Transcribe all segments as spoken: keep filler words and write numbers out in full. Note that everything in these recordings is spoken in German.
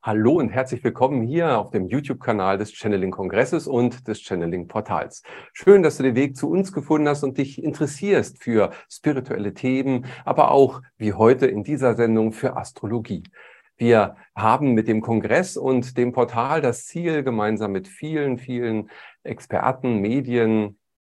Hallo und herzlich willkommen hier auf dem YouTube-Kanal des Channeling-Kongresses und des Channeling-Portals. Schön, dass du den Weg zu uns gefunden hast und dich interessierst für spirituelle Themen, aber auch, wie heute in dieser Sendung, für Astrologie. Wir haben mit dem Kongress und dem Portal das Ziel, gemeinsam mit vielen, vielen Experten, Medien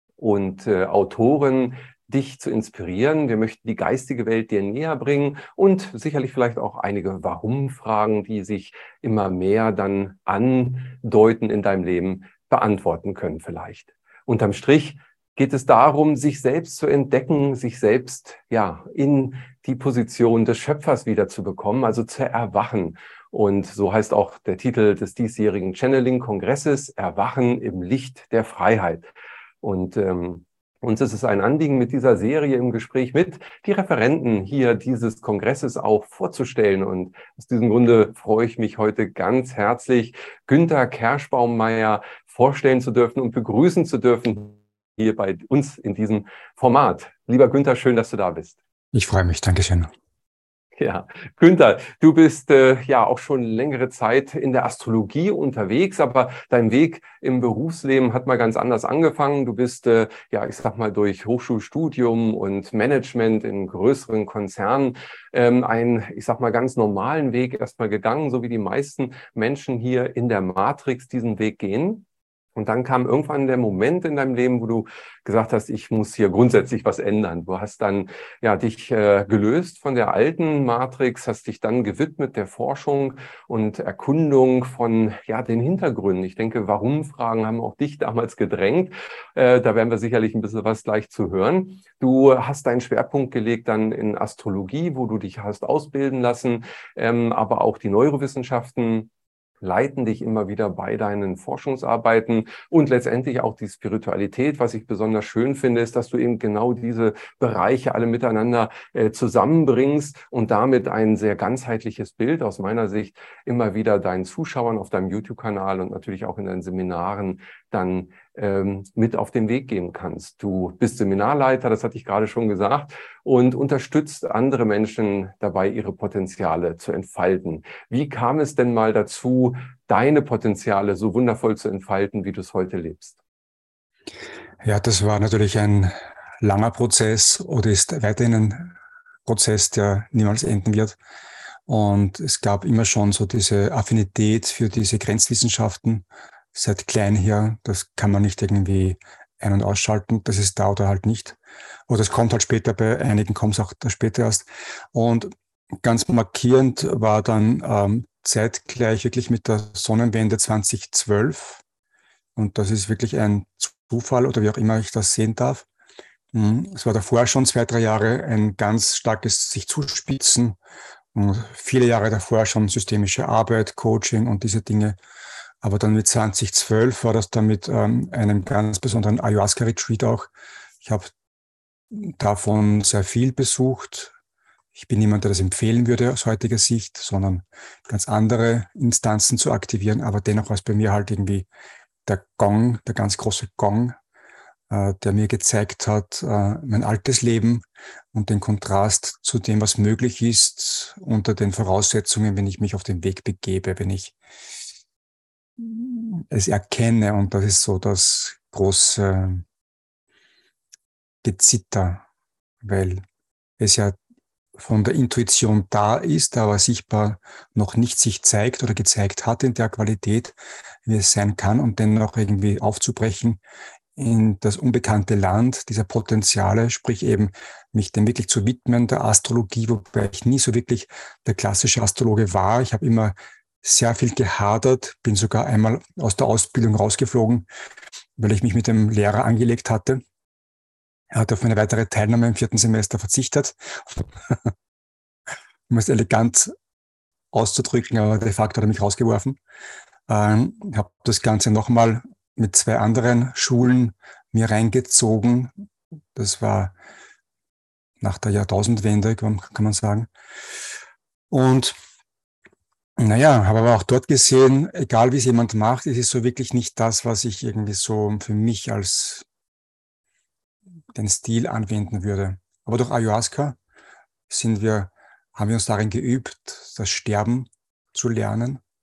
und äh, Autoren, dich zu inspirieren. Wir möchten die geistige Welt dir näher bringen und sicherlich vielleicht auch einige Warum-Fragen, die sich immer mehr dann andeuten in deinem Leben, beantworten können vielleicht. Unterm Strich geht es darum, sich selbst zu entdecken, sich selbst ja in die Position des Schöpfers wiederzubekommen, also zu erwachen. Und so heißt auch der Titel des diesjährigen Channeling-Kongresses: Erwachen im Licht der Freiheit. Und ähm, uns ist es ein Anliegen, mit dieser Serie im Gespräch mit die Referenten hier dieses Kongresses auch vorzustellen. Und aus diesem Grunde freue ich mich heute ganz herzlich, Günther Kerschbaumeier vorstellen zu dürfen und begrüßen zu dürfen hier bei uns in diesem Format. Lieber Günther, schön, dass du da bist. Ich freue mich, Dankeschön. Ja, Günther, du bist äh, ja auch schon längere Zeit in der Astrologie unterwegs, aber dein Weg im Berufsleben hat mal ganz anders angefangen. Du bist, äh, ja, ich sag mal, durch Hochschulstudium und Management in größeren Konzernen ähm, einen, ich sag mal, ganz normalen Weg erstmal gegangen, so wie die meisten Menschen hier in der Matrix diesen Weg gehen. Und dann kam irgendwann der Moment in deinem Leben, wo du gesagt hast, ich muss hier grundsätzlich was ändern. Du hast dann ja dich äh, gelöst von der alten Matrix, hast dich dann gewidmet der Forschung und Erkundung von ja den Hintergründen. Ich denke, Warum-Fragen haben auch dich damals gedrängt. Äh, da werden wir sicherlich ein bisschen was gleich zu hören. Du hast deinen Schwerpunkt gelegt dann in Astrologie, wo du dich hast ausbilden lassen, ähm, aber auch die Neurowissenschaften leiten dich immer wieder bei deinen Forschungsarbeiten und letztendlich auch die Spiritualität. Was ich besonders schön finde, ist, dass du eben genau diese Bereiche alle miteinander äh, zusammenbringst und damit ein sehr ganzheitliches Bild aus meiner Sicht immer wieder deinen Zuschauern auf deinem YouTube-Kanal und natürlich auch in deinen Seminaren dann ähm, mit auf den Weg geben kannst. Du bist Seminarleiter, das hatte ich gerade schon gesagt, und unterstützt andere Menschen dabei, ihre Potenziale zu entfalten. Wie kam es denn mal dazu, deine Potenziale so wundervoll zu entfalten, wie du es heute lebst? Ja, das war natürlich ein langer Prozess oder ist weiterhin ein Prozess, der niemals enden wird. Und es gab immer schon so diese Affinität für diese Grenzwissenschaften seit klein her. Das kann man nicht irgendwie ein- und ausschalten. Das ist da oder halt nicht. Oder es kommt halt später, bei einigen kommt es auch da später erst. Und ganz markierend war dann ähm, zeitgleich wirklich mit der Sonnenwende zweitausendzwölf. Und das ist wirklich ein Zufall oder wie auch immer ich das sehen darf. Es war davor schon zwei, drei Jahre ein ganz starkes sich zuspitzen und viele Jahre davor schon systemische Arbeit, Coaching und diese Dinge. Aber dann mit zweitausendzwölf war das dann mit ähm, einem ganz besonderen Ayahuasca-Retreat auch. Ich habe davon sehr viel besucht. Ich bin niemand, der das empfehlen würde aus heutiger Sicht, sondern ganz andere Instanzen zu aktivieren. Aber dennoch war es bei mir halt irgendwie der Gong, der ganz große Gong, äh, der mir gezeigt hat, äh, mein altes Leben und den Kontrast zu dem, was möglich ist unter den Voraussetzungen, wenn ich mich auf den Weg begebe, wenn ich es erkenne. Und das ist so das große Gezitter, weil es ja von der Intuition da ist, aber sichtbar noch nicht sich zeigt oder gezeigt hat in der Qualität, wie es sein kann, und dennoch irgendwie aufzubrechen in das unbekannte Land dieser Potenziale, sprich eben mich dem wirklich zu widmen, der Astrologie, wobei ich nie so wirklich der klassische Astrologe war. Ich habe immer sehr viel gehadert, bin sogar einmal aus der Ausbildung rausgeflogen, weil ich mich mit dem Lehrer angelegt hatte. Er hat auf eine weitere Teilnahme im vierten Semester verzichtet, um es elegant auszudrücken, aber de facto hat er mich rausgeworfen. Ähm, habe das Ganze nochmal mit zwei anderen Schulen mir reingezogen. Das war nach der Jahrtausendwende, kann man sagen. Und naja, habe aber auch dort gesehen, egal wie es jemand macht, ist es so wirklich nicht das, was ich irgendwie so für mich als den Stil anwenden würde. Aber durch Ayahuasca sind wir, haben wir uns darin geübt, das Sterben zu lernen.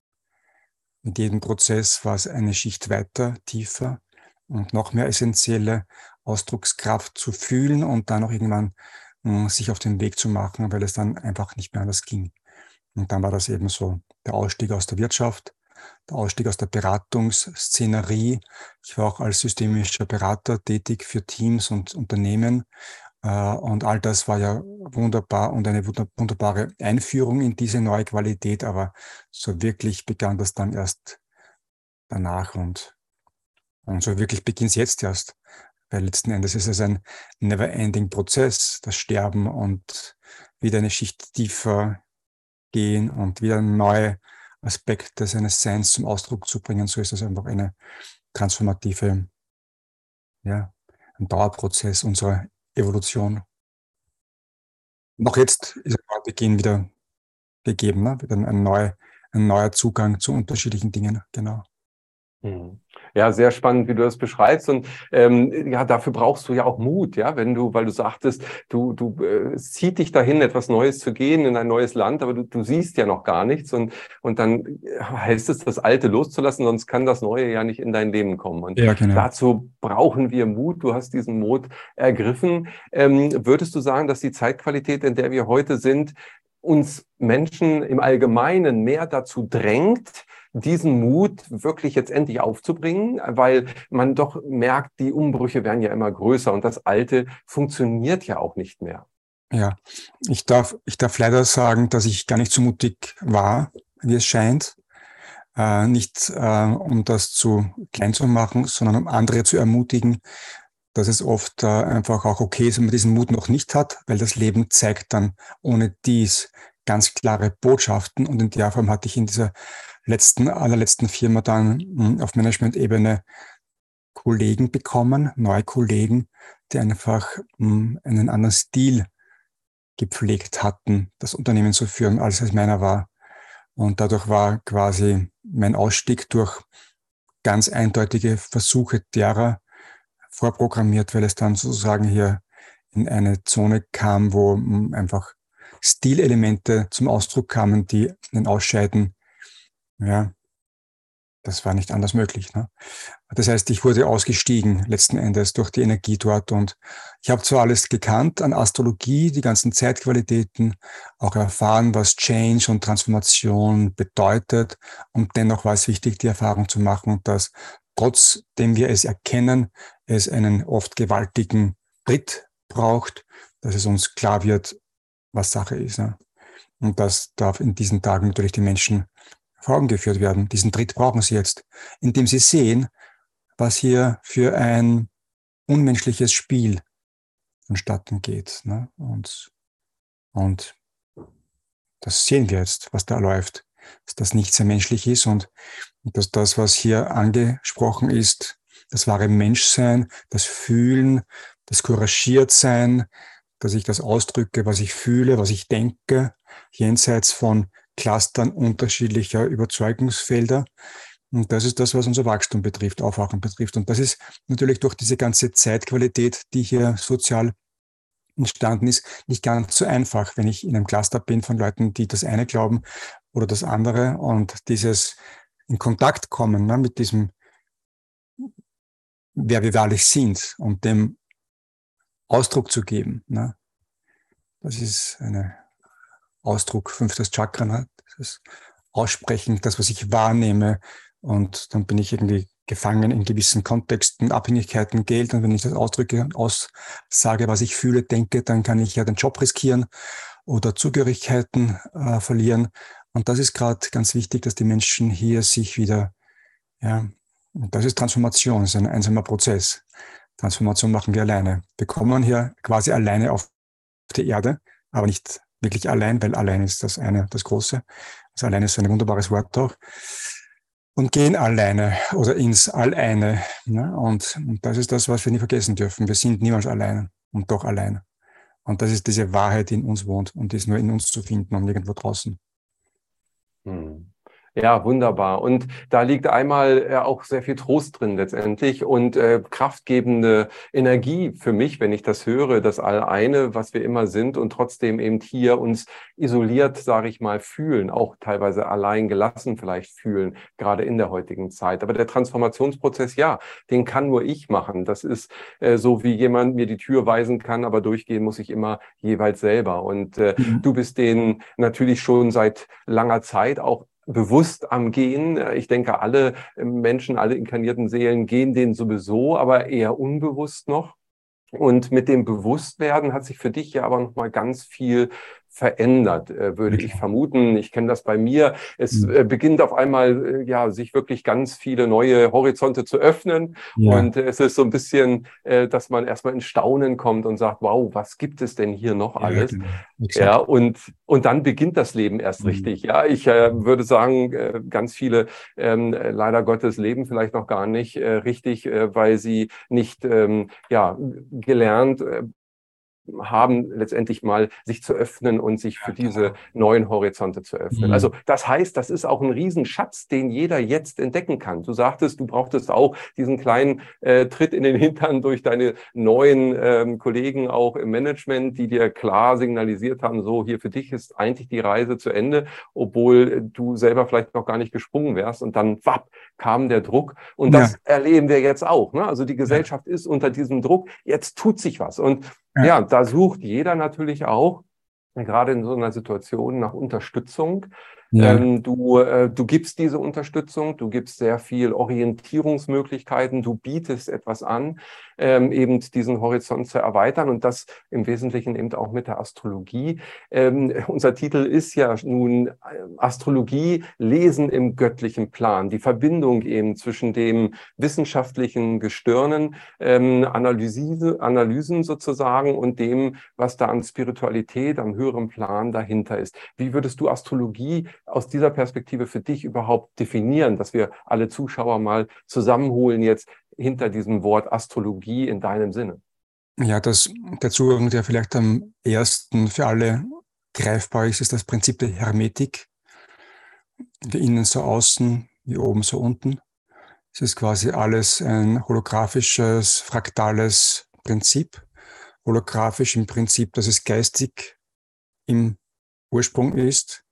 Mit jedem Prozess war es eine Schicht weiter, tiefer und noch mehr essentielle Ausdruckskraft zu fühlen und dann auch irgendwann mh, sich auf den Weg zu machen, weil es dann einfach nicht mehr anders ging. Und dann war das eben so der Ausstieg aus der Wirtschaft, der Ausstieg aus der Beratungsszenerie. Ich war auch als systemischer Berater tätig für Teams und Unternehmen. Und all das war ja wunderbar und eine wunderbare Einführung in diese neue Qualität. Aber so wirklich begann das dann erst danach und, und so wirklich beginnt es jetzt erst. Weil letzten Endes ist es ein never-ending Prozess, das Sterben und wieder eine Schicht tiefer gehen und wieder neue Aspekte seines Seins zum Ausdruck zu bringen. So ist das einfach eine transformative, ja, ein Dauerprozess unserer Evolution. Noch jetzt ist der Beginn wieder gegeben, ne? Wieder ein, neu, ein neuer Zugang zu unterschiedlichen Dingen, genau. Ja, sehr spannend, wie du das beschreibst. Und ähm, ja, dafür brauchst du ja auch Mut, ja, wenn du, weil du sagtest, du, du äh, es zieht dich dahin, etwas Neues zu gehen in ein neues Land, aber du, du siehst ja noch gar nichts und und dann heißt es, das Alte loszulassen, sonst kann das Neue ja nicht in dein Leben kommen. Und ja, genau. Dazu brauchen wir Mut. Du hast diesen Mut ergriffen. Ähm, würdest du sagen, dass die Zeitqualität, in der wir heute sind, uns Menschen im Allgemeinen mehr dazu drängt, diesen Mut wirklich jetzt endlich aufzubringen, weil man doch merkt, die Umbrüche werden ja immer größer und das Alte funktioniert ja auch nicht mehr. Ja, ich darf, ich darf leider sagen, dass ich gar nicht so mutig war, wie es scheint. Äh, nicht äh, um das zu klein zu machen, sondern um andere zu ermutigen, dass es oft äh, einfach auch okay ist, wenn man diesen Mut noch nicht hat, weil das Leben zeigt dann ohne dies ganz klare Botschaften. Und in der Form hatte ich in dieser letzten, allerletzten Firma dann mh, auf Management-Ebene Kollegen bekommen, neue Kollegen, die einfach mh, einen anderen Stil gepflegt hatten, das Unternehmen zu führen, als es meiner war. Und dadurch war quasi mein Ausstieg durch ganz eindeutige Versuche derer vorprogrammiert, weil es dann sozusagen hier in eine Zone kam, wo einfach Stilelemente zum Ausdruck kamen, die einen Ausscheiden, ja, das war nicht anders möglich. Ne? Das heißt, ich wurde ausgestiegen letzten Endes durch die Energie dort und ich habe zwar alles gekannt an Astrologie, die ganzen Zeitqualitäten, auch erfahren, was Change und Transformation bedeutet und dennoch war es wichtig, die Erfahrung zu machen, dass trotzdem wir es erkennen, es einen oft gewaltigen Tritt braucht, dass es uns klar wird, was Sache ist. Ne? Und das darf in diesen Tagen natürlich die Menschen vor Augen geführt werden. Diesen Tritt brauchen sie jetzt, indem sie sehen, was hier für ein unmenschliches Spiel vonstatten geht. Ne? Und, und das sehen wir jetzt, was da läuft, dass das nicht sehr menschlich ist und dass das, was hier angesprochen ist, das wahre Menschsein, das Fühlen, das Couragiertsein, dass ich das ausdrücke, was ich fühle, was ich denke, jenseits von Clustern unterschiedlicher Überzeugungsfelder. Und das ist das, was unser Wachstum betrifft, Aufwachen betrifft. Und das ist natürlich durch diese ganze Zeitqualität, die hier sozial entstanden ist, nicht ganz so einfach, wenn ich in einem Cluster bin von Leuten, die das eine glauben oder das andere und dieses in Kontakt kommen ne, mit diesem, wer wir wahrlich sind und dem Ausdruck zu geben. Ne. Das ist ein Ausdruck, fünftes Chakra, ne, das Aussprechen, das, was ich wahrnehme und dann bin ich irgendwie gefangen in gewissen Kontexten, Abhängigkeiten, Geld. Und wenn ich das ausdrücke und aussage, was ich fühle, denke, dann kann ich ja den Job riskieren oder Zugehörigkeiten äh, verlieren. Und das ist gerade ganz wichtig, dass die Menschen hier sich wieder, ja, und das ist Transformation, das ist ein einsamer Prozess. Transformation machen wir alleine. Wir kommen hier quasi alleine auf die Erde, aber nicht wirklich allein, weil allein ist das eine, das Große. Das alleine ist so ein wunderbares Wort auch. Und gehen alleine oder ins Alleine. Ne? Und, und das ist das, was wir nie vergessen dürfen. Wir sind niemals allein und doch allein. Und das ist diese Wahrheit, die in uns wohnt und die ist nur in uns zu finden und nirgendwo draußen. Hm. Ja, wunderbar. Und da liegt einmal äh, auch sehr viel Trost drin letztendlich und äh, kraftgebende Energie für mich, wenn ich das höre, das All-Eine, was wir immer sind und trotzdem eben hier uns isoliert, sage ich mal, fühlen, auch teilweise allein gelassen vielleicht fühlen, gerade in der heutigen Zeit. Aber der Transformationsprozess, ja, den kann nur ich machen. Das ist äh, so, wie jemand mir die Tür weisen kann, aber durchgehen muss ich immer jeweils selber. Und äh, Mhm. du bist den natürlich schon seit langer Zeit auch bewusst am Gehen. Ich denke, alle Menschen, alle inkarnierten Seelen gehen den sowieso, aber eher unbewusst noch. Und mit dem Bewusstwerden hat sich für dich ja aber noch mal ganz viel verändert, äh, würde Ja, ich klar. vermuten. Ich kenne das bei mir. Es Mhm. äh, beginnt auf einmal, äh, ja, sich wirklich ganz viele neue Horizonte zu öffnen. Ja, Und äh, es ist so ein bisschen, äh, dass man erstmal in Staunen kommt und sagt, wow, was gibt es denn hier noch ja, alles? genau. Ja, Exakt. und, und dann beginnt das Leben erst Mhm. richtig. Ja, ich äh, würde sagen, äh, ganz viele ähm, leider Gottes leben vielleicht noch gar nicht äh, richtig, äh, weil sie nicht ähm, ja, gelernt äh, haben, letztendlich mal sich zu öffnen und sich für Ja, diese genau. neuen Horizonte zu öffnen. Mhm. Also das heißt, das ist auch ein Riesenschatz, den jeder jetzt entdecken kann. Du sagtest, du brauchtest auch diesen kleinen äh, Tritt in den Hintern durch deine neuen ähm, Kollegen auch im Management, die dir klar signalisiert haben, so hier für dich ist eigentlich die Reise zu Ende, obwohl du selber vielleicht noch gar nicht gesprungen wärst. Und dann, wapp, kam der Druck. Und Ja, das erleben wir jetzt auch. Ne? Also die ja, Gesellschaft ist unter diesem Druck. Jetzt tut sich was. Und ja, ja, da sucht jeder natürlich auch, gerade in so einer Situation, nach Unterstützung. ja, Ähm, du, äh, du gibst diese Unterstützung, du gibst sehr viel Orientierungsmöglichkeiten, du bietest etwas an, ähm, eben diesen Horizont zu erweitern und das im Wesentlichen eben auch mit der Astrologie. Ähm, unser Titel ist ja nun äh, Astrologie, Lesen im göttlichen Plan, die Verbindung eben zwischen dem wissenschaftlichen Gestirnen, ähm, Analyse, Analysen sozusagen und dem, was da an Spiritualität, am höheren Plan dahinter ist. Wie würdest du Astrologie aus dieser Perspektive für dich überhaupt definieren, dass wir alle Zuschauer mal zusammenholen jetzt hinter diesem Wort Astrologie in deinem Sinne? ja, das, der Zugang, der vielleicht am ersten für alle greifbar ist, ist das Prinzip der Hermetik. Wie innen so außen, wie oben so unten. Es ist quasi alles ein holographisches, fraktales Prinzip. Holographisch im Prinzip, dass es geistig im Ursprung ist.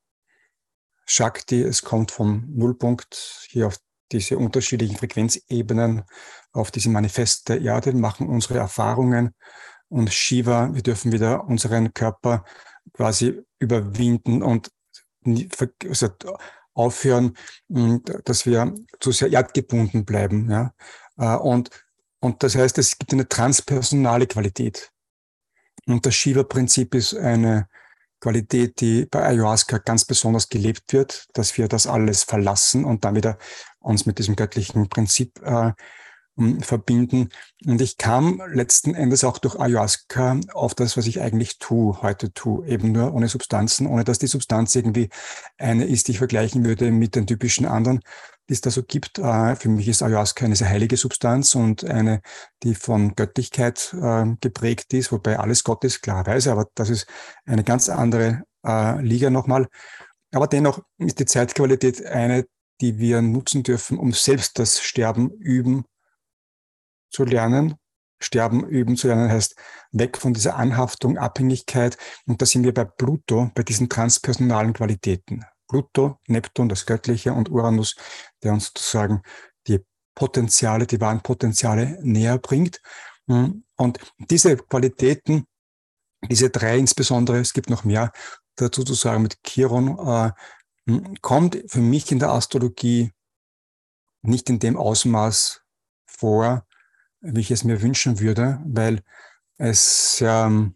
Shakti, es kommt vom Nullpunkt hier auf diese unterschiedlichen Frequenzebenen, auf diese Manifest der Erde, machen unsere Erfahrungen. Und Shiva, wir dürfen wieder unseren Körper quasi überwinden und also aufhören, dass wir zu sehr erdgebunden bleiben. Ja? Und, und das heißt, es gibt eine transpersonale Qualität. Und das Shiva-Prinzip ist eine Qualität, die bei Ayahuasca ganz besonders gelebt wird, dass wir das alles verlassen und dann wieder uns mit diesem göttlichen Prinzip äh, verbinden. Und ich kam letzten Endes auch durch Ayahuasca auf das, was ich eigentlich tue, heute tue, eben nur ohne Substanzen, ohne dass die Substanz irgendwie eine ist, die ich vergleichen würde mit den typischen anderen, die es da so gibt. Äh, für mich ist Ayahuasca eine sehr heilige Substanz und eine, die von Göttlichkeit äh, geprägt ist, wobei alles Gott ist, klarerweise, aber das ist eine ganz andere äh, Liga nochmal. Aber dennoch ist die Zeitqualität eine, die wir nutzen dürfen, um selbst das Sterben üben zu lernen. Sterben üben zu lernen heißt weg von dieser Anhaftung, Abhängigkeit. Und da sind wir bei Pluto, bei diesen transpersonalen Qualitäten. Pluto, Neptun, das Göttliche und Uranus, der uns sozusagen die Potenziale, die wahren Potenziale näher bringt. Und diese Qualitäten, diese drei insbesondere, es gibt noch mehr dazu zu sagen mit Chiron, äh, kommt für mich in der Astrologie nicht in dem Ausmaß vor, wie ich es mir wünschen würde, weil es ähm,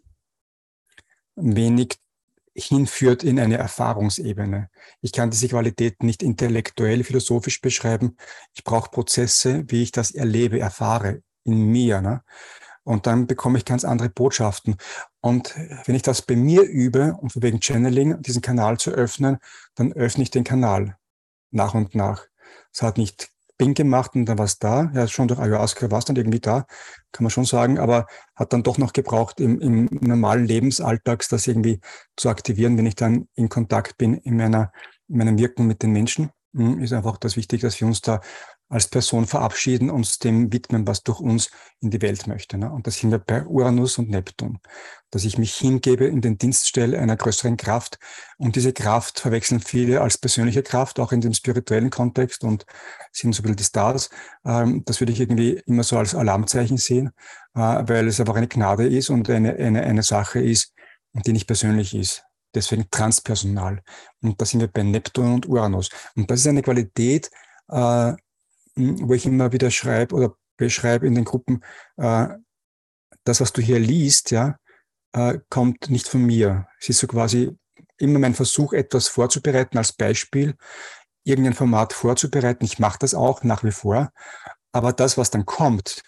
wenig hinführt in eine Erfahrungsebene. Ich kann diese Qualität nicht intellektuell, philosophisch beschreiben. Ich brauche Prozesse, wie ich das erlebe, erfahre in mir. Ne? Und dann bekomme ich ganz andere Botschaften. Und wenn ich das bei mir übe, um wegen Channeling diesen Kanal zu öffnen, dann öffne ich den Kanal nach und nach. Es hat nicht Bing gemacht und dann war es da. Ja, schon durch Ayahuasca war es dann irgendwie da, kann man schon sagen, aber hat dann doch noch gebraucht, im, im normalen Lebensalltag das irgendwie zu aktivieren, wenn ich dann in Kontakt bin in, meiner, in meinem Wirken mit den Menschen. ist einfach das Wichtige, dass wir uns da als Person verabschieden, uns dem widmen, was durch uns in die Welt möchte. Ne? Und da sind wir bei Uranus und Neptun. Dass ich mich hingebe, in den Dienst stelle einer größeren Kraft. Und diese Kraft verwechseln viele als persönliche Kraft, auch in dem spirituellen Kontext und sind so ein bisschen die Stars. Das würde ich irgendwie immer so als Alarmzeichen sehen, weil es einfach eine Gnade ist und eine, eine, eine Sache ist, die nicht persönlich ist. Deswegen transpersonal. Und da sind wir bei Neptun und Uranus. Und das ist eine Qualität, äh, wo ich immer wieder schreibe oder beschreibe in den Gruppen, äh, das, was du hier liest, ja, äh, kommt nicht von mir. Es ist so quasi immer mein Versuch, etwas vorzubereiten als Beispiel, irgendein Format vorzubereiten. Ich mache das auch nach wie vor. Aber das, was dann kommt,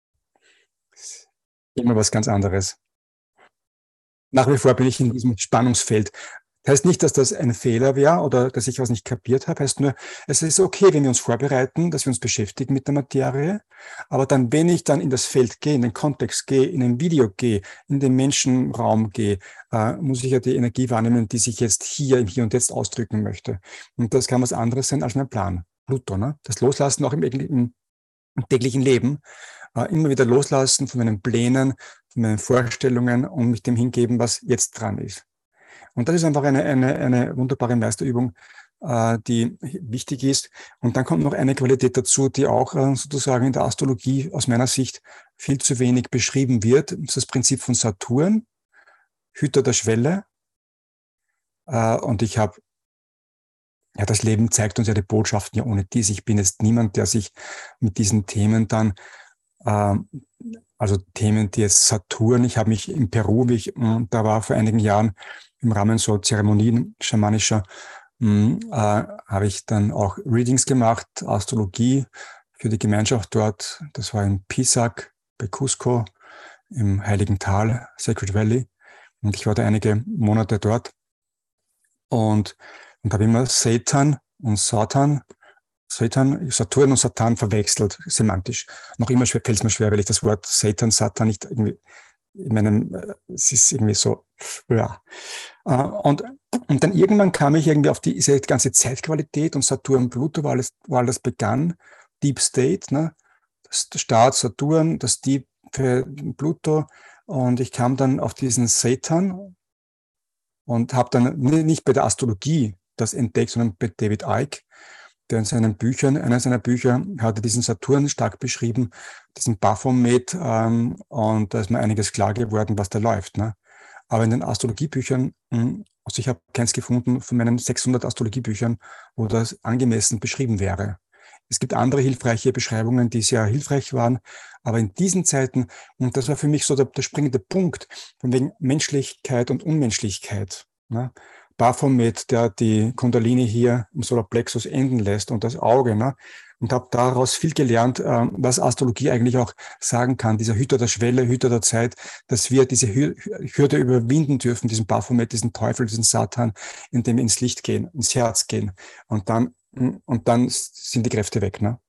ist immer was ganz anderes. Nach wie vor bin ich in diesem Spannungsfeld. Das heißt nicht, dass das ein Fehler wäre oder dass ich was nicht kapiert habe. Heißt nur, es ist okay, wenn wir uns vorbereiten, dass wir uns beschäftigen mit der Materie. Aber dann, wenn ich dann in das Feld gehe, in den Kontext gehe, in ein Video gehe, in den Menschenraum gehe, äh, muss ich ja die Energie wahrnehmen, die sich jetzt hier im Hier und Jetzt ausdrücken möchte. Und das kann was anderes sein als mein Plan. Pluto, ne? Das Loslassen auch im, im, im täglichen Leben. Äh, immer wieder loslassen von meinen Plänen, von meinen Vorstellungen und mich dem hingeben, was jetzt dran ist. Und das ist einfach eine, eine, eine wunderbare Meisterübung, äh, die wichtig ist. Und dann kommt noch eine Qualität dazu, die auch äh, sozusagen in der Astrologie aus meiner Sicht viel zu wenig beschrieben wird. Das ist das Prinzip von Saturn, Hüter der Schwelle. Äh, und ich habe, ja, das Leben zeigt uns ja die Botschaften ja ohne dies. Ich bin jetzt niemand, der sich mit diesen Themen dann also Themen, die jetzt Saturn, ich habe mich in Peru, wie ich da war vor einigen Jahren, im Rahmen so Zeremonien schamanischer, äh, habe ich dann auch Readings gemacht, Astrologie für die Gemeinschaft dort. Das war in Pisac bei Cusco im Heiligen Tal, Sacred Valley. Und ich war da einige Monate dort und, und habe immer Satan und Satan Satan, Saturn und Satan verwechselt, semantisch. Noch immer fällt es mir schwer, weil ich das Wort Satan, Satan nicht irgendwie in meinem, es ist irgendwie so, ja. Und, und dann irgendwann kam ich irgendwie auf die, diese ganze Zeitqualität und Saturn, Pluto, weil alles, weil das begann, Deep State, ne? Das Start Saturn, das Deep für Pluto und ich kam dann auf diesen Satan und habe dann nicht bei der Astrologie das entdeckt, sondern bei David Icke, der in seinen Büchern, einer seiner Bücher hatte diesen Saturn stark beschrieben, diesen Baphomet, ähm, und da ist mir einiges klar geworden, was da läuft. Ne? Aber in den Astrologiebüchern, mh, also ich habe keins gefunden von meinen sechshundert Astrologiebüchern, wo das angemessen beschrieben wäre. Es gibt andere hilfreiche Beschreibungen, die sehr hilfreich waren, aber in diesen Zeiten, und das war für mich so der, der springende Punkt, von wegen Menschlichkeit und Unmenschlichkeit, ne? Baphomet, der die Kundalini hier im Solarplexus enden lässt und das Auge, ne? Und habe daraus viel gelernt, äh, was Astrologie eigentlich auch sagen kann, dieser Hüter der Schwelle, Hüter der Zeit, dass wir diese Hürde überwinden dürfen, diesen Baphomet, diesen Teufel, diesen Satan, indem wir ins Licht gehen, ins Herz gehen und dann, und dann sind die Kräfte weg. Ne?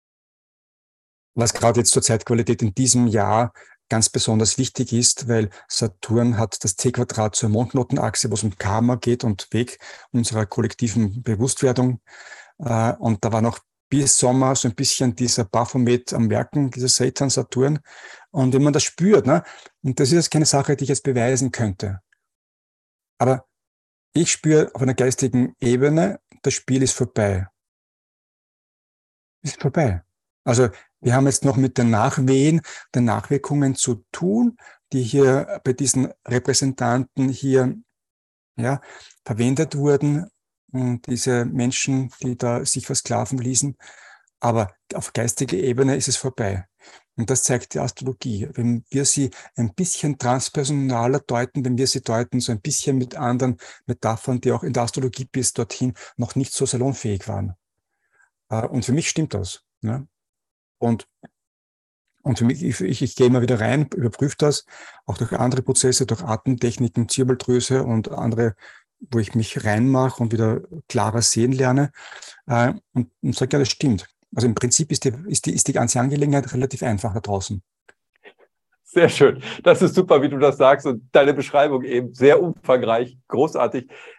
Was gerade jetzt zur Zeitqualität in diesem Jahr ganz besonders wichtig ist, weil Saturn hat das T-Quadrat zur Mondknotenachse, wo es um Karma geht und Weg unserer kollektiven Bewusstwerdung. Und da war noch bis Sommer so ein bisschen dieser Baphomet am Werken, dieser Satan, Saturn. Und wenn man das spürt, ne, und das ist jetzt keine Sache, die ich jetzt beweisen könnte, aber ich spüre auf einer geistigen Ebene, das Spiel ist vorbei. Ist vorbei. Also wir haben jetzt noch mit den Nachwehen, den Nachwirkungen zu tun, die hier bei diesen Repräsentanten hier ja, verwendet wurden, und diese Menschen, die da sich versklaven ließen. Aber auf geistiger Ebene ist es vorbei. Und das zeigt die Astrologie. Wenn wir sie ein bisschen transpersonaler deuten, wenn wir sie deuten, so ein bisschen mit anderen Metaphern, die auch in der Astrologie bis dorthin noch nicht so salonfähig waren. Und für mich stimmt das. Ne? Und, und für mich, ich, ich, ich gehe immer wieder rein, überprüfe das, auch durch andere Prozesse, durch Atemtechniken, Zirbeldrüse und andere, wo ich mich reinmache und wieder klarer sehen lerne. Äh, und, und sage, ja, das stimmt. Also im Prinzip ist die, ist, die, ist die ganze Angelegenheit relativ einfach da draußen. Sehr schön. Das ist super, wie du das sagst und deine Beschreibung eben sehr umfangreich, großartig.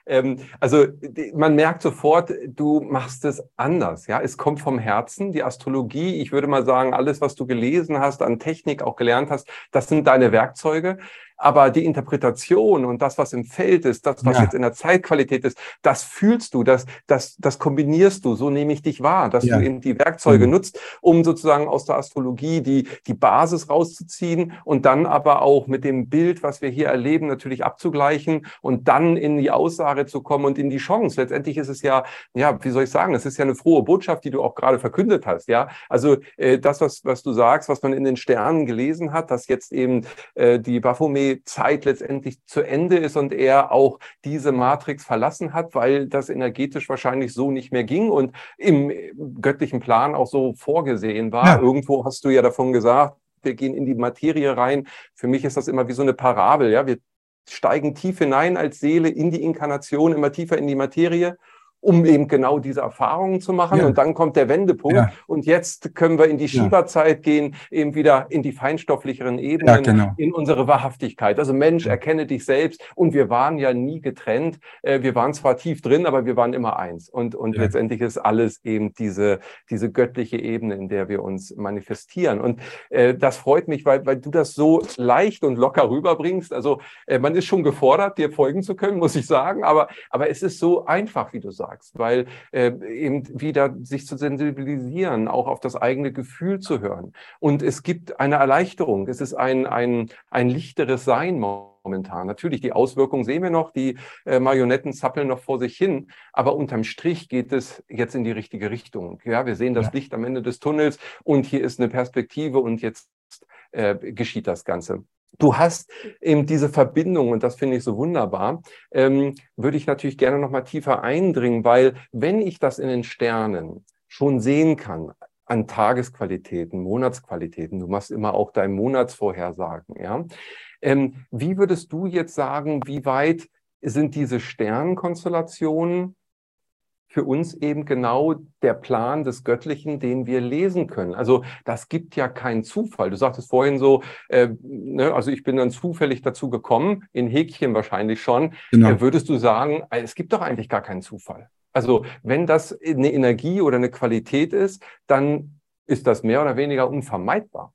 Ähm, also man merkt sofort, du machst es anders. Ja, es kommt vom Herzen. Die Astrologie, ich würde mal sagen, alles, was du gelesen hast, an Technik auch gelernt hast, das sind deine Werkzeuge. Aber die Interpretation und das, was im Feld ist, das, was Ja, jetzt in der Zeitqualität ist, das fühlst du, das, das, das kombinierst du. So nehme ich dich wahr, dass du ja, eben die Werkzeuge genau. nutzt, um sozusagen aus der Astrologie die, die Basis rauszuziehen und dann aber auch mit dem Bild, was wir hier erleben, natürlich abzugleichen und dann in die Aussage zu kommen und in die Chance. Letztendlich ist es ja, ja, wie soll ich sagen, es ist ja eine frohe Botschaft, die du auch gerade verkündet hast. Ja, also äh, das, was, was du sagst, was man in den Sternen gelesen hat, dass jetzt eben äh, die Baphomet-Zeit letztendlich zu Ende ist und er auch diese Matrix verlassen hat, weil das energetisch wahrscheinlich so nicht mehr ging und im göttlichen Plan auch so vorgesehen war. Ja, Irgendwo hast du ja davon gesagt, wir gehen in die Materie rein. Für mich ist das immer wie so eine Parabel. Ja, wir steigen tief hinein als Seele in die Inkarnation, immer tiefer in die Materie, um eben genau diese Erfahrungen zu machen. ja, Und dann kommt der Wendepunkt. ja, Und jetzt können wir in die ja, Shiva-Zeit gehen, eben wieder in die feinstofflicheren ja, Ebenen, genau. in unsere Wahrhaftigkeit. Also Mensch, Ja, erkenne dich selbst. Und wir waren ja nie getrennt. Wir waren zwar tief drin, aber wir waren immer eins. Und, und ja, letztendlich ist alles eben diese, diese göttliche Ebene, in der wir uns manifestieren. Und äh, das freut mich, weil, weil du das so leicht und locker rüberbringst. Also äh, man ist schon gefordert, dir folgen zu können, muss ich sagen. Aber, aber es ist so einfach, wie du sagst, weil äh, eben wieder sich zu sensibilisieren, auch auf das eigene Gefühl zu hören. Und es gibt eine Erleichterung. Es ist ein, ein, ein lichteres Sein momentan. Natürlich, die Auswirkungen sehen wir noch, die äh, Marionetten zappeln noch vor sich hin, aber unterm Strich geht es jetzt in die richtige Richtung. Ja, wir sehen das ja, Licht am Ende des Tunnels und hier ist eine Perspektive und jetzt äh, geschieht das Ganze. Du hast eben diese Verbindung und das finde ich so wunderbar, ähm, würde ich natürlich gerne noch mal tiefer eindringen, weil wenn ich das in den Sternen schon sehen kann, an Tagesqualitäten, Monatsqualitäten, du machst immer auch deine Monatsvorhersagen, ja. Ähm, wie würdest du jetzt sagen, wie weit sind diese Sternenkonstellationen für uns eben genau der Plan des Göttlichen, den wir lesen können? Also das gibt ja keinen Zufall. Du sagtest vorhin so, äh, ne, also ich bin dann zufällig dazu gekommen, in Häkchen wahrscheinlich schon. Äh, genau. würdest du sagen, äh, es gibt doch eigentlich gar keinen Zufall? Also wenn das eine Energie oder eine Qualität ist, dann ist das mehr oder weniger unvermeidbar.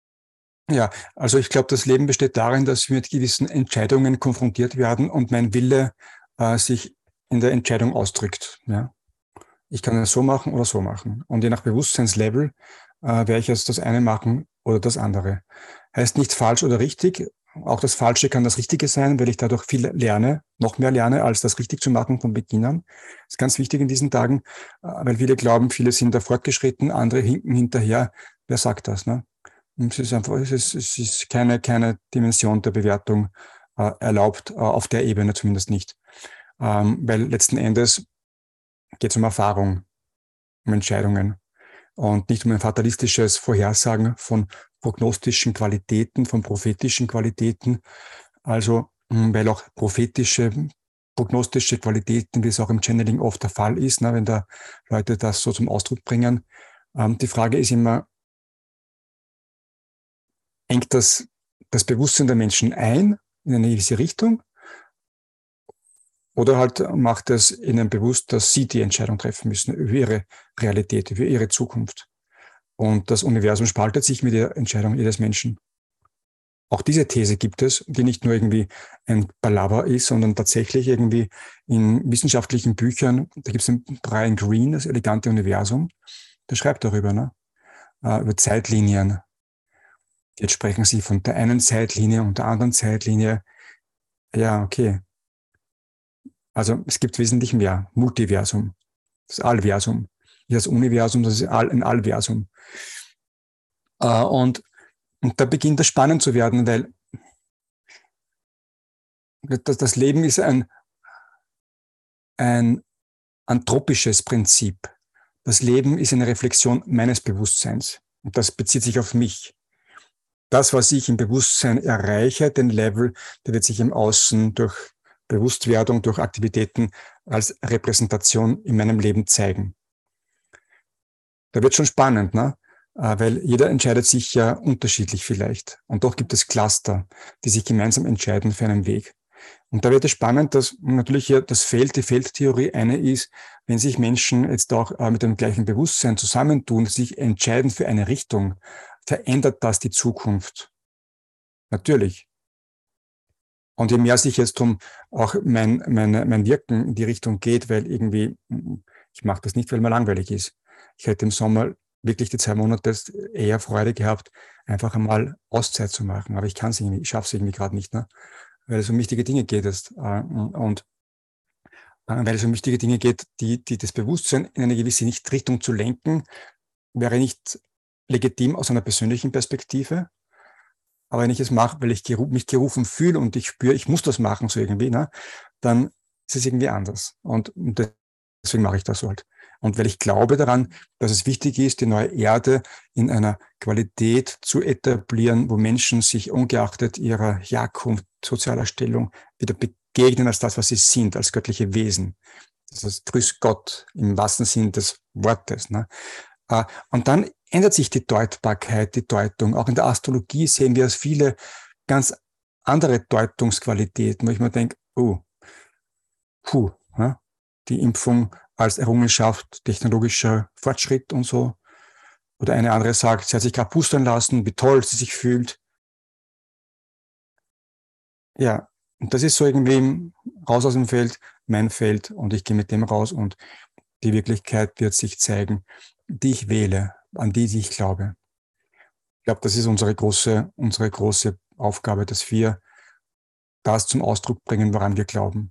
Ja, also ich glaube, das Leben besteht darin, dass wir mit gewissen Entscheidungen konfrontiert werden und mein Wille äh, sich in der Entscheidung ausdrückt. Ja. Ich kann es so machen oder so machen. Und je nach Bewusstseinslevel äh, werde ich jetzt das eine machen oder das andere. Heißt nicht falsch oder richtig. Auch das Falsche kann das Richtige sein, weil ich dadurch viel lerne, noch mehr lerne, als das richtig zu machen von Beginn an. Das ist ganz wichtig in diesen Tagen, äh, weil viele glauben, viele sind da fortgeschritten, andere hinken hinterher. Wer sagt das? Ne? Es ist einfach, es ist, es ist keine, keine Dimension der Bewertung äh, erlaubt, äh, auf der Ebene zumindest nicht. Ähm, weil letzten Endes geht es um Erfahrung, um Entscheidungen und nicht um ein fatalistisches Vorhersagen von prognostischen Qualitäten, von prophetischen Qualitäten. Also, weil auch prophetische, prognostische Qualitäten, wie es auch im Channeling oft der Fall ist, ne, wenn da Leute das so zum Ausdruck bringen. Ähm, die Frage ist immer, engt das das Bewusstsein der Menschen ein in eine gewisse Richtung? Oder halt macht es ihnen bewusst, dass sie die Entscheidung treffen müssen über ihre Realität, über ihre Zukunft. Und das Universum spaltet sich mit der Entscheidung jedes Menschen. Auch diese These gibt es, die nicht nur irgendwie ein Palaver ist, sondern tatsächlich irgendwie in wissenschaftlichen Büchern, da gibt es den Brian Greene, das elegante Universum, der schreibt darüber, ne? über Zeitlinien. Jetzt sprechen sie von der einen Zeitlinie und der anderen Zeitlinie. Ja, okay. Also es gibt wesentlich mehr. Multiversum, das Allversum. Das Universum, das ist ein Allversum. Und, und da beginnt das spannend zu werden, weil das, das Leben ist ein, ein anthropisches Prinzip. Das Leben ist eine Reflexion meines Bewusstseins. Und das bezieht sich auf mich. Das, was ich im Bewusstsein erreiche, den Level, der wird sich im Außen durch Bewusstwerdung, durch Aktivitäten als Repräsentation in meinem Leben zeigen. Da wird schon spannend, ne? Weil jeder entscheidet sich ja unterschiedlich vielleicht. Und doch gibt es Cluster, die sich gemeinsam entscheiden für einen Weg. Und da wird es spannend, dass natürlich hier das Feld, die Feldtheorie eine ist, wenn sich Menschen jetzt auch äh, mit dem gleichen Bewusstsein zusammentun, sich entscheiden für eine Richtung, verändert das die Zukunft. Natürlich. Und je mehr sich jetzt um auch mein, mein, mein Wirken in die Richtung geht, weil irgendwie, ich mache das nicht, weil mir langweilig ist. Ich hätte im Sommer wirklich die zwei Monate eher Freude gehabt, einfach einmal Auszeit zu machen. Aber ich kann es irgendwie, ich schaffe es irgendwie gerade nicht, ne? Weil es um wichtige Dinge geht. Ist, äh, und äh, weil es um wichtige Dinge geht, die, die das Bewusstsein in eine gewisse Richtung zu lenken, wäre nicht legitim aus einer persönlichen Perspektive. Aber wenn ich es mache, weil ich geru- mich gerufen fühle und ich spüre, ich muss das machen, so irgendwie, ne, dann ist es irgendwie anders. Und, und deswegen mache ich das so halt. Und weil ich glaube daran, dass es wichtig ist, die neue Erde in einer Qualität zu etablieren, wo Menschen sich ungeachtet ihrer Herkunft, sozialer Stellung wieder begegnen als das, was sie sind, als göttliche Wesen. Das heißt, grüß Gott im wahrsten Sinn des Wortes. Ne? Und dann ändert sich die Deutbarkeit, die Deutung. Auch in der Astrologie sehen wir viele ganz andere Deutungsqualitäten, wo ich mir denke, oh, puh, ne? Die Impfung als Errungenschaft, technologischer Fortschritt und so. Oder eine andere sagt, sie hat sich gerade boostern lassen, wie toll sie sich fühlt. Ja, und das ist so irgendwie raus aus dem Feld, mein Feld, und ich gehe mit dem raus und die Wirklichkeit wird sich zeigen, die ich wähle, an die ich glaube. Ich glaube, das ist unsere große, unsere große Aufgabe, dass wir das zum Ausdruck bringen, woran wir glauben.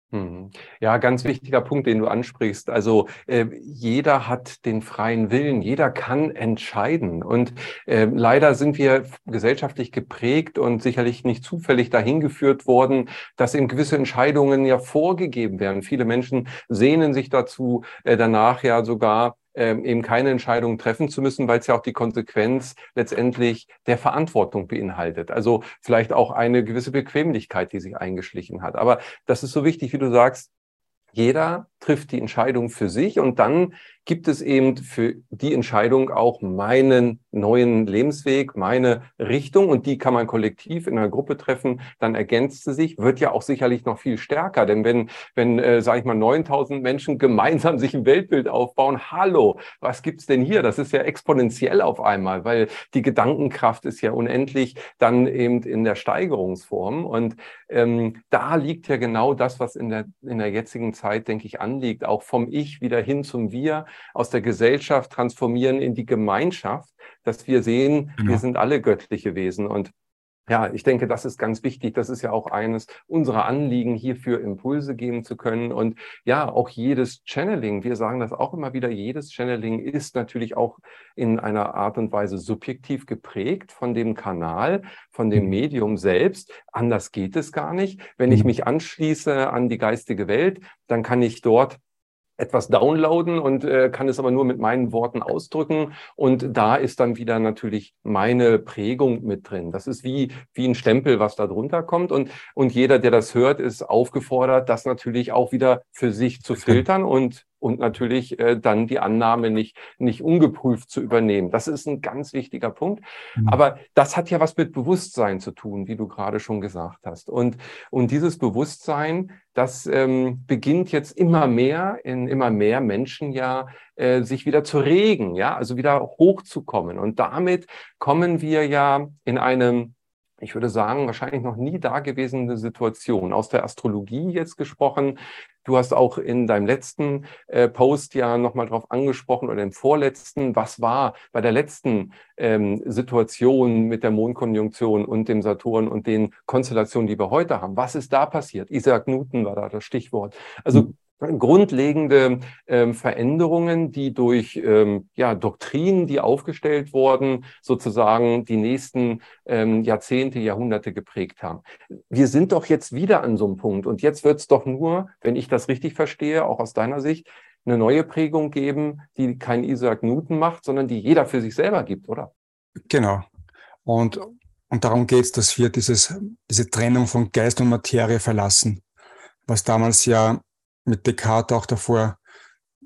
Ja, ganz wichtiger Punkt, den du ansprichst. Also äh, jeder hat den freien Willen, jeder kann entscheiden. Und äh, leider sind wir gesellschaftlich geprägt und sicherlich nicht zufällig dahin geführt worden, dass eben gewisse Entscheidungen ja vorgegeben werden. Viele Menschen sehnen sich dazu, äh, danach ja sogar Ähm, eben keine Entscheidung treffen zu müssen, weil es ja auch die Konsequenz letztendlich der Verantwortung beinhaltet. Also vielleicht auch eine gewisse Bequemlichkeit, die sich eingeschlichen hat. Aber das ist so wichtig, wie du sagst, jeder trifft die Entscheidung für sich und dann gibt es eben für die Entscheidung auch meinen neuen Lebensweg, meine Richtung und die kann man kollektiv in einer Gruppe treffen, dann ergänzt sie sich, wird ja auch sicherlich noch viel stärker, denn wenn, wenn äh, sage ich mal, neuntausend Menschen gemeinsam sich ein Weltbild aufbauen, hallo, was gibt's denn hier? Das ist ja exponentiell auf einmal, weil die Gedankenkraft ist ja unendlich dann eben in der Steigerungsform und ähm, da liegt ja genau das, was in der, in der jetzigen Zeit, denke ich, anliegt, auch vom Ich wieder hin zum Wir, aus der Gesellschaft transformieren in die Gemeinschaft, dass wir sehen, Genau. wir sind alle göttliche Wesen. Und ja, ich denke, das ist ganz wichtig. Das ist ja auch eines unserer Anliegen, hierfür Impulse geben zu können. Und ja, auch jedes Channeling, wir sagen das auch immer wieder, jedes Channeling ist natürlich auch in einer Art und Weise subjektiv geprägt von dem Kanal, von dem Medium selbst. Anders geht es gar nicht. Wenn ich mich anschließe an die geistige Welt, dann kann ich dort etwas downloaden und äh, kann es aber nur mit meinen Worten ausdrücken. Und da ist dann wieder natürlich meine Prägung mit drin. Das ist wie, wie ein Stempel, was da drunter kommt. Und, und jeder, der das hört, ist aufgefordert, das natürlich auch wieder für sich zu filtern und und natürlich äh, dann die Annahme nicht, nicht ungeprüft zu übernehmen. Das ist ein ganz wichtiger Punkt. Aber das hat ja was mit Bewusstsein zu tun, wie du gerade schon gesagt hast. Und, und dieses Bewusstsein, das ähm, beginnt jetzt immer mehr, in immer mehr Menschen ja, äh, sich wieder zu regen, ja, also wieder hochzukommen. Und damit kommen wir ja in einem, ich würde sagen, wahrscheinlich noch nie dagewesene Situation. Aus der Astrologie jetzt gesprochen. Du hast auch in deinem letzten äh, Post ja nochmal drauf angesprochen oder im vorletzten, was war bei der letzten ähm, Situation mit der Mondkonjunktion und dem Saturn und den Konstellationen, die wir heute haben. Was ist da passiert? Isaac Newton war da das Stichwort. Also grundlegende ähm, Veränderungen, die durch ähm, ja, Doktrinen, die aufgestellt wurden, sozusagen die nächsten ähm, Jahrzehnte, Jahrhunderte geprägt haben. Wir sind doch jetzt wieder an so einem Punkt und jetzt wird es doch nur, wenn ich das richtig verstehe, auch aus deiner Sicht, eine neue Prägung geben, die kein Isaac Newton macht, sondern die jeder für sich selber gibt, oder? Genau. Und, und darum geht es, dass wir dieses, diese Trennung von Geist und Materie verlassen, was damals ja mit Descartes auch davor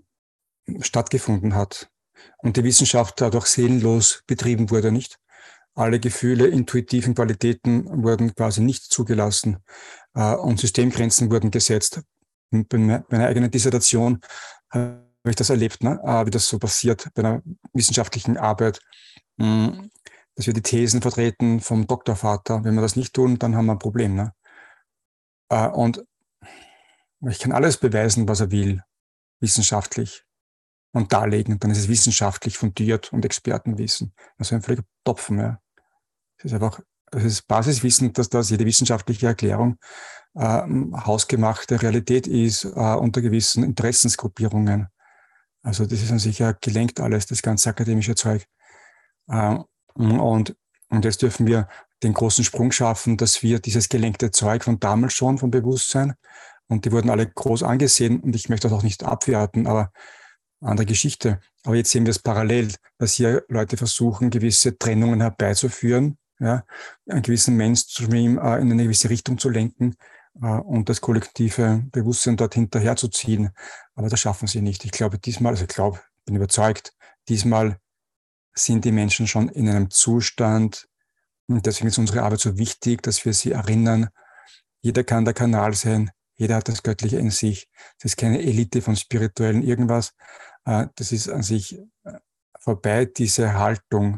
stattgefunden hat und die Wissenschaft dadurch seelenlos betrieben wurde, nicht? alle Gefühle, intuitiven Qualitäten wurden quasi nicht zugelassen äh, und Systemgrenzen wurden gesetzt. Bei meiner eigenen Dissertation habe ich das erlebt, ne? äh, wie das so passiert bei einer wissenschaftlichen Arbeit, mh, dass wir die Thesen vertreten vom Doktorvater. Wenn wir das nicht tun, dann haben wir ein Problem. Ne? Äh, und ich kann alles beweisen, was er will, wissenschaftlich und darlegen. Dann ist es wissenschaftlich fundiert und Expertenwissen. Also ein völliger Topfen. Ja. Es ist einfach, es ist Basiswissen, dass das jede wissenschaftliche Erklärung äh, hausgemachte Realität ist äh, unter gewissen Interessensgruppierungen. Also das ist an sich ja gelenkt alles, das ganze akademische Zeug. Äh, und, und jetzt dürfen wir den großen Sprung schaffen, dass wir dieses gelenkte Zeug von damals schon, vom Bewusstsein, und die wurden alle groß angesehen und ich möchte das auch nicht abwerten, aber andere Geschichte. Aber jetzt sehen wir es parallel, dass hier Leute versuchen, gewisse Trennungen herbeizuführen, ja, einen gewissen Mainstream äh, in eine gewisse Richtung zu lenken äh, und das kollektive Bewusstsein dort hinterherzuziehen. Aber das schaffen sie nicht. Ich glaube diesmal, also ich glaube, bin überzeugt, diesmal sind die Menschen schon in einem Zustand, und deswegen ist unsere Arbeit so wichtig, dass wir sie erinnern, jeder kann der Kanal sein, jeder hat das Göttliche in sich. Das ist keine Elite von spirituellen irgendwas. Das ist an sich vorbei, diese Haltung.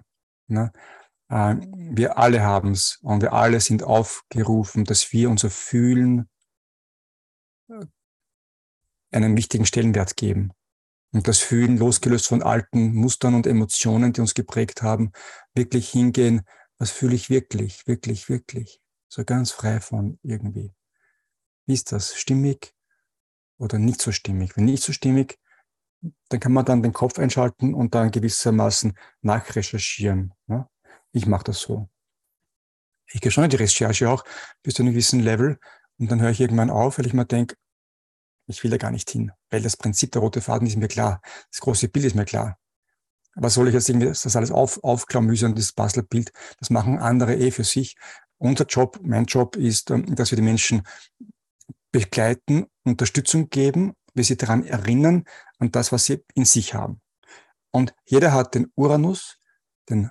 Wir alle haben es und wir alle sind aufgerufen, dass wir unser Fühlen einen wichtigen Stellenwert geben. Und das Fühlen, losgelöst von alten Mustern und Emotionen, die uns geprägt haben, wirklich hingehen, was fühle ich wirklich, wirklich, wirklich. So ganz frei von irgendwie. Wie ist das? Stimmig oder nicht so stimmig? Wenn nicht so stimmig, dann kann man dann den Kopf einschalten und dann gewissermaßen nachrecherchieren. Ne? Ich mache das so. Ich gehe schon in die Recherche auch bis zu einem gewissen Level und dann höre ich irgendwann auf, weil ich mir denke, ich will da gar nicht hin, weil das Prinzip der rote Faden ist mir klar. Das große Bild ist mir klar. Aber soll ich jetzt irgendwie das alles auf, aufklamüsern, das Puzzlebild, das machen andere eh für sich. Unser Job, mein Job ist, dass wir die Menschen begleiten, Unterstützung geben, wir sie daran erinnern an das, was sie in sich haben. Und jeder hat den Uranus, den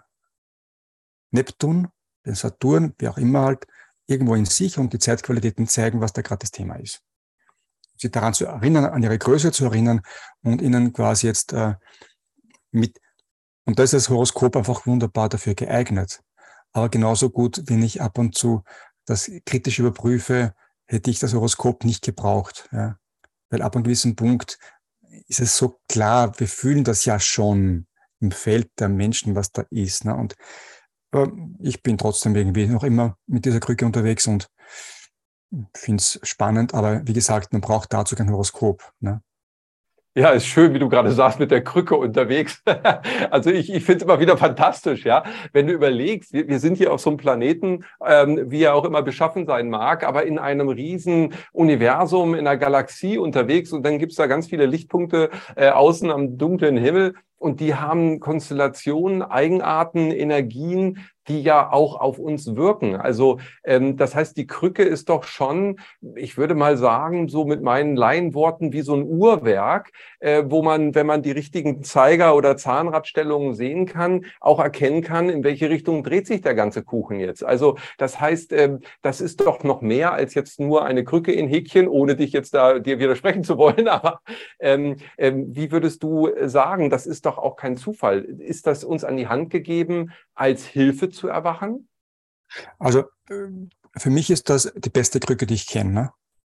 Neptun, den Saturn, wie auch immer halt, irgendwo in sich und die Zeitqualitäten zeigen, was da gerade das Thema ist. Sie daran zu erinnern, an ihre Größe zu erinnern und ihnen quasi jetzt äh, mit, und da ist das Horoskop einfach wunderbar dafür geeignet. Aber genauso gut, wenn ich ab und zu das kritisch überprüfe, hätte ich das Horoskop nicht gebraucht. Ja. Weil ab einem gewissen Punkt ist es so klar, wir fühlen das ja schon im Feld der Menschen, was da ist. Ne? Und äh, ich bin trotzdem irgendwie noch immer mit dieser Krücke unterwegs und finde es spannend, aber wie gesagt, man braucht dazu kein Horoskop. Ne? Ja, ist schön, wie du gerade sagst, mit der Krücke unterwegs. Also ich, ich finde es immer wieder fantastisch, ja. Wenn du überlegst, wir, wir sind hier auf so einem Planeten, ähm, wie er auch immer beschaffen sein mag, aber in einem riesen Universum, in einer Galaxie unterwegs und dann gibt es da ganz viele Lichtpunkte äh, außen am dunklen Himmel und die haben Konstellationen, Eigenarten, Energien, die ja auch auf uns wirken. Also ähm, das heißt, die Krücke ist doch schon, ich würde mal sagen, so mit meinen Laienworten wie so ein Uhrwerk, äh, wo man, wenn man die richtigen Zeiger- oder Zahnradstellungen sehen kann, auch erkennen kann, in welche Richtung dreht sich der ganze Kuchen jetzt. Also das heißt, äh, das ist doch noch mehr als jetzt nur eine Krücke in Häkchen, ohne dich jetzt da dir widersprechen zu wollen. Aber ähm, ähm, wie würdest du sagen, das ist doch auch kein Zufall. Ist das uns an die Hand gegeben als Hilfe zu erwachen? Also für mich ist das die beste Krücke, die ich kenne. Ne?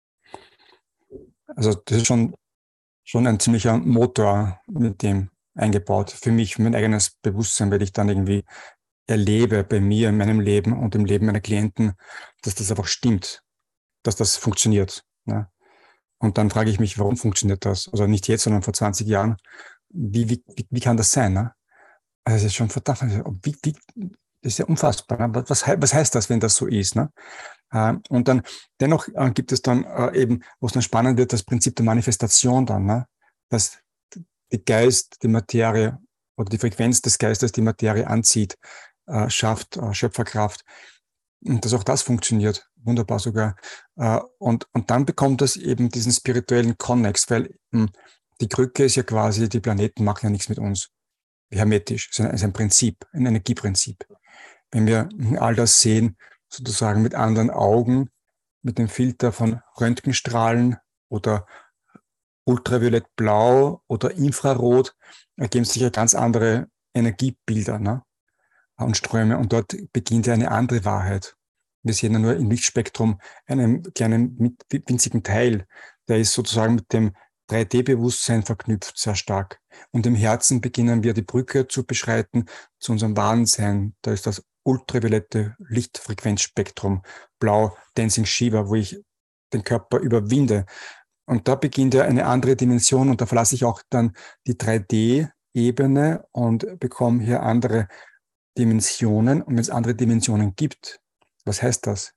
Also das ist schon, schon ein ziemlicher Motor mit dem eingebaut. Für mich, für mein eigenes Bewusstsein, weil ich dann irgendwie erlebe bei mir in meinem Leben und im Leben meiner Klienten, dass das einfach stimmt, dass das funktioniert. Ne? Und dann frage ich mich, warum funktioniert das? Also nicht jetzt, sondern vor zwanzig Jahren. Wie, wie, wie kann das sein? Ne? Also es ist schon verdammt, wie, wie, das ist ja unfassbar. Ne? Was, was heißt das, wenn das so ist? Ne? Und dann, dennoch gibt es dann eben, wo es dann spannend wird, das Prinzip der Manifestation dann, ne? Dass der Geist die Materie oder die Frequenz des Geistes die Materie anzieht, schafft, Schöpferkraft. Und dass auch das funktioniert, wunderbar sogar. Und, und dann bekommt es eben diesen spirituellen Konnex, weil die Krücke ist ja quasi, die Planeten machen ja nichts mit uns. Hermetisch, es ist ein Prinzip, ein Energieprinzip. wenn wir all das sehen, sozusagen mit anderen Augen, mit dem Filter von Röntgenstrahlen oder Ultraviolettblau oder Infrarot, ergeben sich ja ganz andere Energiebilder, ne? Und Ströme. Und dort beginnt ja eine andere Wahrheit. Wir sehen ja nur im Lichtspektrum einen kleinen winzigen Teil, der ist sozusagen mit dem drei D-Bewusstsein verknüpft, sehr stark. Und im Herzen beginnen wir die Brücke zu beschreiten zu unserem wahren Sein. Da ist das ultraviolette Lichtfrequenzspektrum, Blau, Dancing Shiva, wo ich den Körper überwinde. Und da beginnt ja eine andere Dimension und da verlasse ich auch dann die drei D-Ebene und bekomme hier andere Dimensionen. Und wenn es andere Dimensionen gibt, was heißt das?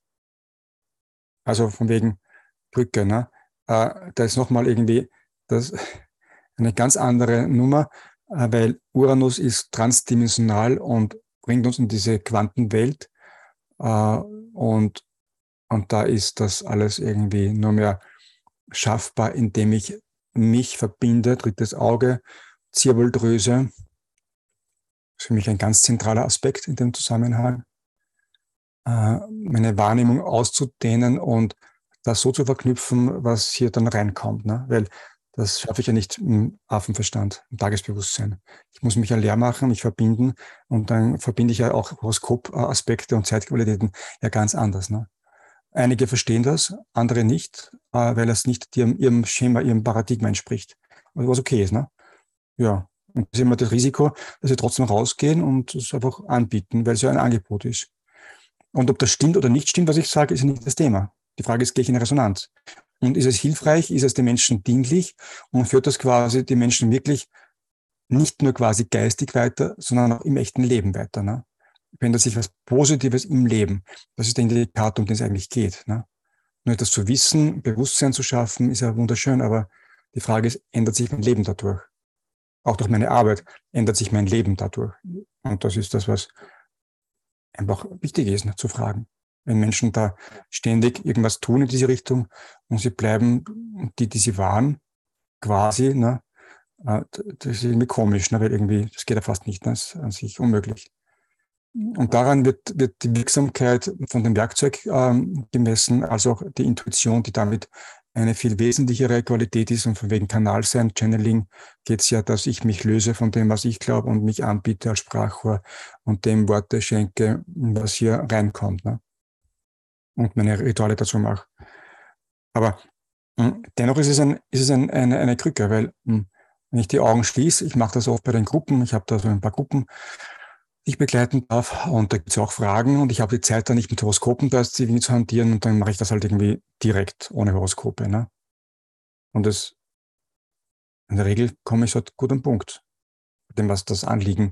Also von wegen Brücke, ne? Äh, da ist nochmal irgendwie das eine ganz andere Nummer, äh, weil Uranus ist transdimensional und bringt uns in diese Quantenwelt. Äh, und, und da ist das alles irgendwie nur mehr schaffbar, indem ich mich verbinde, drittes Auge, Zirbeldrüse. Das ist für mich ein ganz zentraler Aspekt in dem Zusammenhang. Äh, meine Wahrnehmung auszudehnen und das so zu verknüpfen, was hier dann reinkommt. Ne? Weil das schaffe ich ja nicht im Affenverstand, im Tagesbewusstsein. Ich muss mich ja leer machen, mich verbinden und dann verbinde ich ja auch Horoskopaspekte und Zeitqualitäten ja ganz anders. Ne? Einige verstehen das, andere nicht, äh, weil es nicht ihrem, ihrem Schema, ihrem Paradigma entspricht. Was okay ist. Ne? Ja, und das ist immer das Risiko, dass sie trotzdem rausgehen und es einfach anbieten, weil es ja ein Angebot ist. Und ob das stimmt oder nicht stimmt, was ich sage, ist ja nicht das Thema. Die Frage ist, gehe ich in Resonanz? Und ist es hilfreich, ist es den Menschen dienlich und führt das quasi die Menschen wirklich nicht nur quasi geistig weiter, sondern auch im echten Leben weiter. Ne? Verändert sich was Positives im Leben. Das ist der Indikator, um den es eigentlich geht. Ne? Nur das zu wissen, Bewusstsein zu schaffen, ist ja wunderschön, aber die Frage ist, ändert sich mein Leben dadurch? Auch durch meine Arbeit ändert sich mein Leben dadurch. Und das ist das, was einfach wichtig ist, ne, zu fragen. Wenn Menschen da ständig irgendwas tun in diese Richtung und sie bleiben, die, die sie waren, quasi, ne, das ist irgendwie komisch, ne, weil irgendwie, das geht ja fast nicht, ne, das ist an sich unmöglich. Und daran wird, wird die Wirksamkeit von dem Werkzeug ähm, gemessen, also auch die Intuition, die damit eine viel wesentlichere Qualität ist. Und von wegen Kanal sein, Channeling, geht es ja, dass ich mich löse von dem, was ich glaube und mich anbiete als Sprachrohr und dem Worte schenke, was hier reinkommt. Ne? Und meine Rituale dazu mache. Aber mh, dennoch ist es, ein, ist es ein, eine, eine Krücke, weil mh, wenn ich die Augen schließe, ich mache das oft bei den Gruppen, ich habe da so ein paar Gruppen, die ich begleiten darf und da gibt es auch Fragen und ich habe die Zeit da nicht mit Horoskopen da zu hantieren und dann mache ich das halt irgendwie direkt, ohne Horoskope. Ne? Und das, in der Regel komme ich halt gut am Punkt, dem was das Anliegen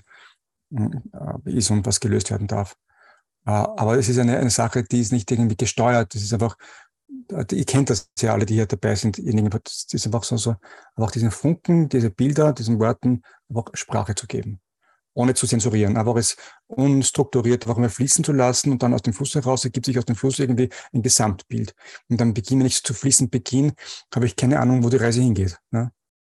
äh, ist und was gelöst werden darf. Äh, aber es ist eine, eine Sache, die ist nicht irgendwie gesteuert, das ist einfach, ihr kennt das ja alle, die hier dabei sind, das ist einfach so, so einfach diesen Funken, diese Bilder, diesen Worten einfach Sprache zu geben. Ohne zu zensurieren, einfach es unstrukturiert einfach mal fließen zu lassen und dann aus dem Fluss heraus ergibt sich aus dem Fluss irgendwie ein Gesamtbild. Und dann beginne, wenn ich zu fließen beginne, habe ich keine Ahnung, wo die Reise hingeht. Ne?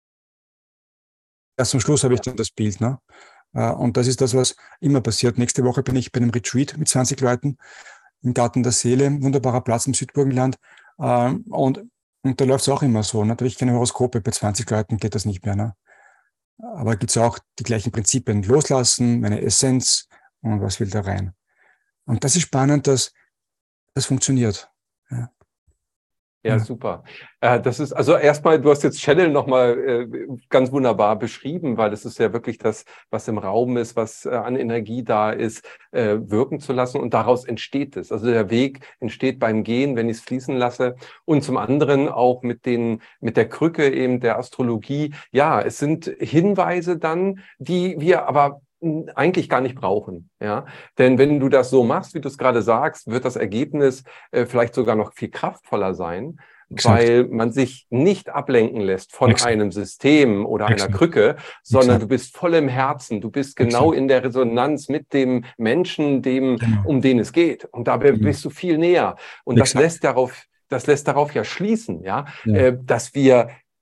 Erst zum Schluss habe ich dann das Bild. Ne? Und das ist das, was immer passiert. Nächste Woche bin ich bei einem Retreat mit zwanzig Leuten im Garten der Seele, wunderbarer Platz im Südburgenland. Und, und da läuft es auch immer so. Ne? Da habe ich keine Horoskope, bei zwanzig Leuten geht das nicht mehr. Ne? Aber gibt es auch die gleichen Prinzipien. Loslassen, meine Essenz und was will da rein. Und das ist spannend, dass das funktioniert. Ja, ja super. Äh, das ist, also erstmal, du hast jetzt Channel nochmal äh, ganz wunderbar beschrieben, weil es ist ja wirklich das, was im Raum ist, was äh, an Energie da ist, äh, wirken zu lassen und daraus entsteht es. Also der Weg entsteht beim Gehen, wenn ich es fließen lasse und zum anderen auch mit den, mit der Krücke eben der Astrologie. Ja, es sind Hinweise dann, die wir aber eigentlich gar nicht brauchen, ja, denn wenn du das so machst, wie du es gerade sagst, wird das Ergebnis äh, vielleicht sogar noch viel kraftvoller sein, exakt. Weil man sich nicht ablenken lässt von Exakt. einem System oder Exakt. einer Krücke, sondern Exakt. du bist voll im Herzen, du bist genau Exakt. in der Resonanz mit dem Menschen, dem, Genau. um den es geht, und dabei Genau. bist du viel näher und das Exakt. lässt darauf, das lässt darauf ja schließen, ja, Ja. äh, dass wir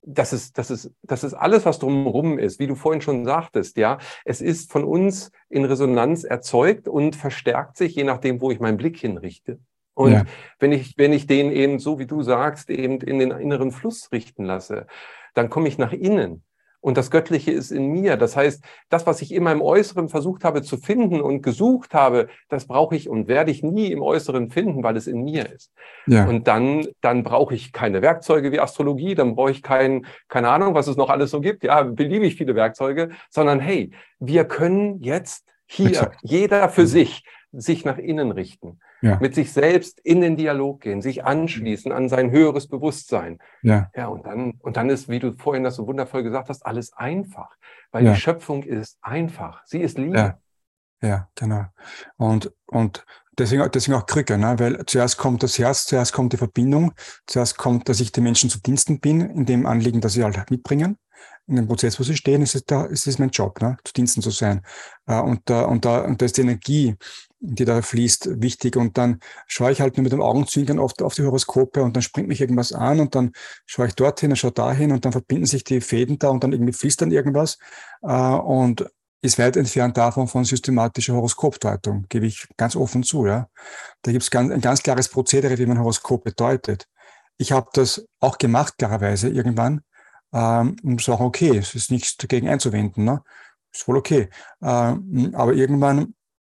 das ist, das ist, das ist alles, was drumherum ist, wie du vorhin schon sagtest, ja. Es ist von uns in Resonanz erzeugt und verstärkt sich, je nachdem, wo ich meinen Blick hinrichte. Und Ja. wenn ich, wenn ich den eben, so wie du sagst, eben in den inneren Fluss richten lasse, dann komme ich nach innen. Und das Göttliche ist in mir. Das heißt, das, was ich immer im Äußeren versucht habe zu finden und gesucht habe, das brauche ich und werde ich nie im Äußeren finden, weil es in mir ist. Ja. Und dann, dann brauche ich keine Werkzeuge wie Astrologie, dann brauche ich kein, keine Ahnung, was es noch alles so gibt. Ja, beliebig viele Werkzeuge, sondern hey, wir können jetzt hier, Exakt. jeder für sich, sich nach innen richten. Ja. Mit sich selbst in den Dialog gehen, sich anschließen an sein höheres Bewusstsein. Ja. Ja, und dann, und dann ist, wie du vorhin das so wundervoll gesagt hast, alles einfach. Weil Ja. die Schöpfung ist einfach. Sie ist Liebe. Ja, ja, genau. Und, und deswegen, deswegen auch Krücke, ne? Weil zuerst kommt das Herz, zuerst kommt die Verbindung, zuerst kommt, dass ich den Menschen zu Diensten bin, in dem Anliegen, dass sie halt mitbringen. In dem Prozess, wo sie stehen, ist es, da, ist es mein Job, ne? Zu Diensten zu sein. Und da, und da, und da ist die Energie, die da fließt, wichtig. Und dann schaue ich halt nur mit dem Augenzwinkern oft auf die Horoskope und dann springt mich irgendwas an und dann schaue ich dorthin und schaue dahin und dann verbinden sich die Fäden da und dann irgendwie fließt dann irgendwas. Und ist weit entfernt davon von systematischer Horoskopdeutung, gebe ich ganz offen zu. Ja. Da gibt es ganz, ein ganz klares Prozedere, wie man Horoskope deutet. Ich habe das auch gemacht, klarerweise, irgendwann. Ähm, und sage, okay, es ist nichts dagegen einzuwenden. Ne? Ist wohl okay. Ähm, aber irgendwann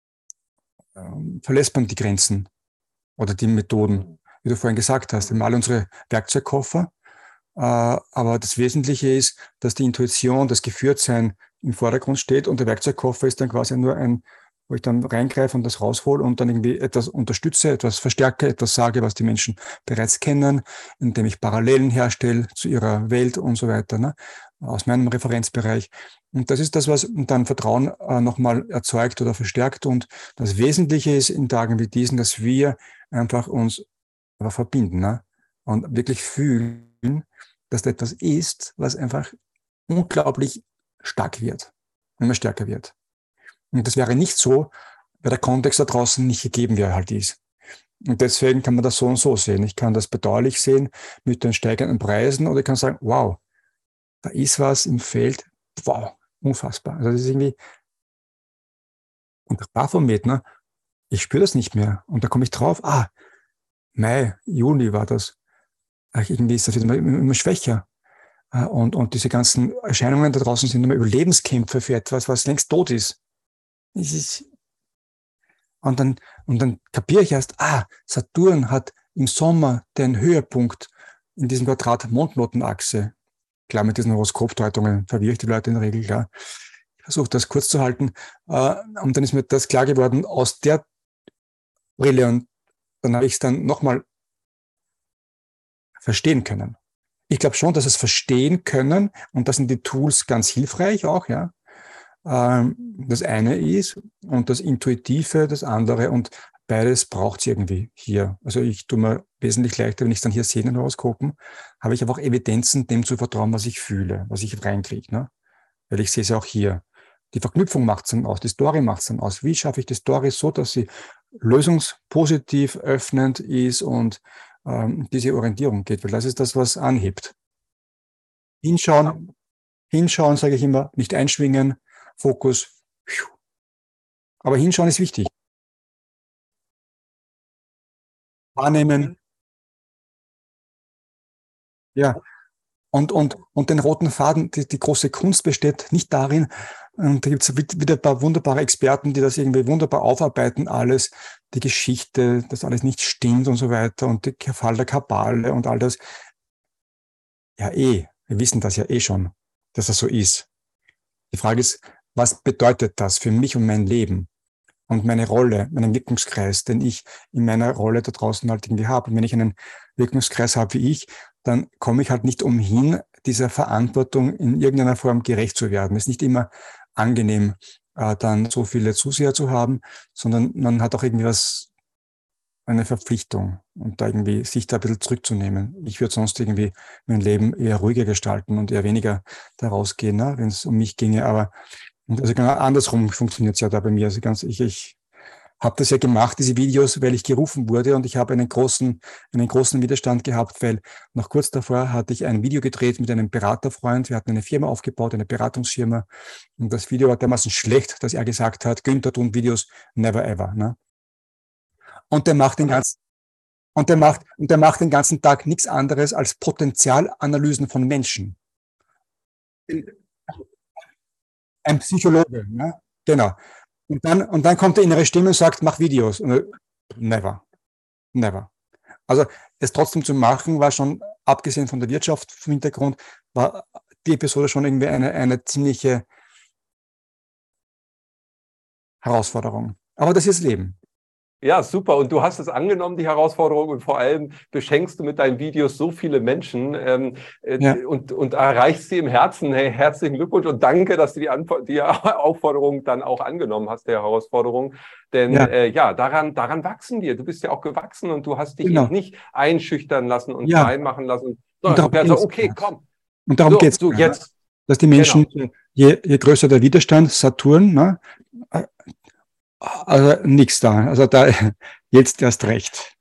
ähm, verlässt man die Grenzen oder die Methoden, wie du vorhin gesagt hast. Wir haben alle unsere Werkzeugkoffer. Äh, aber das Wesentliche ist, dass die Intuition, das Geführtsein im Vordergrund steht und der Werkzeugkoffer ist dann quasi nur ein, wo ich dann reingreife und das raushole und dann irgendwie etwas unterstütze, etwas verstärke, etwas sage, was die Menschen bereits kennen, indem ich Parallelen herstelle zu ihrer Welt und so weiter, ne? Aus meinem Referenzbereich. Und das ist das, was dann Vertrauen äh, nochmal erzeugt oder verstärkt. Und das Wesentliche ist in Tagen wie diesen, dass wir einfach uns aber verbinden, ne? Und wirklich fühlen, dass da etwas ist, was einfach unglaublich stark wird, immer stärker wird. Und das wäre nicht so, weil der Kontext da draußen nicht gegeben wäre halt ist. Und deswegen kann man das so und so sehen. Ich kann das bedauerlich sehen mit den steigenden Preisen oder ich kann sagen, wow, da ist was im Feld, wow, unfassbar. Also das ist irgendwie, und der Baphomet, ne, ich spüre das nicht mehr. Und da komme ich drauf, ah, Mai, Juni war das. Ach, irgendwie ist das immer, immer, immer schwächer. Und, und diese ganzen Erscheinungen da draußen sind immer Überlebenskämpfe für etwas, was längst tot ist. Es ist und dann, und dann kapiere ich erst, ah, Saturn hat im Sommer den Höhepunkt in diesem Quadrat Mondnotenachse. Klar, mit diesen Horoskopdeutungen verwirre ich die Leute in der Regel, klar. Ich versuche das kurz zu halten. Und dann ist mir das klar geworden aus der Brille und dann habe ich es dann nochmal verstehen können. Ich glaube schon, dass es verstehen können und das sind die Tools ganz hilfreich auch, ja. Das eine ist und das Intuitive, das andere und beides braucht es irgendwie hier. Also ich tue mir wesentlich leichter, wenn ich es dann hier sehe in den Horoskopen, habe ich aber auch Evidenzen, dem zu vertrauen, was ich fühle, was ich reinkriege, ne? Weil ich sehe es auch hier. Die Verknüpfung macht es dann aus, die Story macht es dann aus. Wie schaffe ich die Story so, dass sie lösungspositiv, öffnend ist und ähm, diese Orientierung geht, weil das ist das, was anhebt. Hinschauen, hinschauen, sage ich immer, nicht einschwingen, Fokus. Aber hinschauen ist wichtig. Wahrnehmen. Ja. Und, und, und den roten Faden, die, die große Kunst besteht nicht darin, und da gibt es wieder ein paar wunderbare Experten, die das irgendwie wunderbar aufarbeiten, alles, die Geschichte, dass alles nicht stimmt und so weiter und der Fall der Kabale und all das. Ja, eh, wir wissen das ja eh schon, dass das so ist. Die Frage ist, was bedeutet das für mich und mein Leben und meine Rolle, meinen Wirkungskreis, den ich in meiner Rolle da draußen halt irgendwie habe. Und wenn ich einen Wirkungskreis habe wie ich, dann komme ich halt nicht umhin, dieser Verantwortung in irgendeiner Form gerecht zu werden. Es ist nicht immer angenehm, äh, dann so viele Zuseher zu haben, sondern man hat auch irgendwie was, eine Verpflichtung und da irgendwie sich da ein bisschen zurückzunehmen. Ich würde sonst irgendwie mein Leben eher ruhiger gestalten und eher weniger da rausgehen, ne, wenn es um mich ginge. Aber also genau andersrum funktioniert es ja da bei mir. Also ganz, ich, ich habe das ja gemacht, diese Videos, weil ich gerufen wurde und ich habe einen großen, einen großen Widerstand gehabt, weil noch kurz davor hatte ich ein Video gedreht mit einem Beraterfreund. Wir hatten eine Firma aufgebaut, eine Beratungsfirma, und das Video war dermaßen schlecht, dass er gesagt hat, Günther tun Videos never ever. Ne? Und der macht den ganzen Und der macht, und der macht den ganzen Tag nichts anderes als Potenzialanalysen von Menschen. Ein Psychologe, ne? Genau. Und dann, und dann kommt die innere Stimme und sagt, mach Videos. Und, never. Never. Also, es trotzdem zu machen, war schon, abgesehen von der Wirtschaft vom Hintergrund, war die Episode schon irgendwie eine, eine ziemliche Herausforderung. Aber das ist Leben. Ja, super. Und du hast es angenommen, die Herausforderung, und vor allem beschenkst du mit deinen Videos so viele Menschen ähm, äh, Ja. und, und erreichst sie im Herzen. Hey, herzlichen Glückwunsch und danke, dass du die, Antwort, die Aufforderung dann auch angenommen hast, der Herausforderung. Denn Ja, äh, ja, daran, daran wachsen wir. Du bist ja auch gewachsen und du hast dich genau. eben nicht einschüchtern lassen und Ja. klein machen lassen, Und sondern darum du kannst sagen, geht's. okay, komm. Und darum So, geht es. so jetzt. Dass die Menschen, Genau. je, je größer der Widerstand, Saturn, ne? Also nichts da. Also da jetzt erst recht.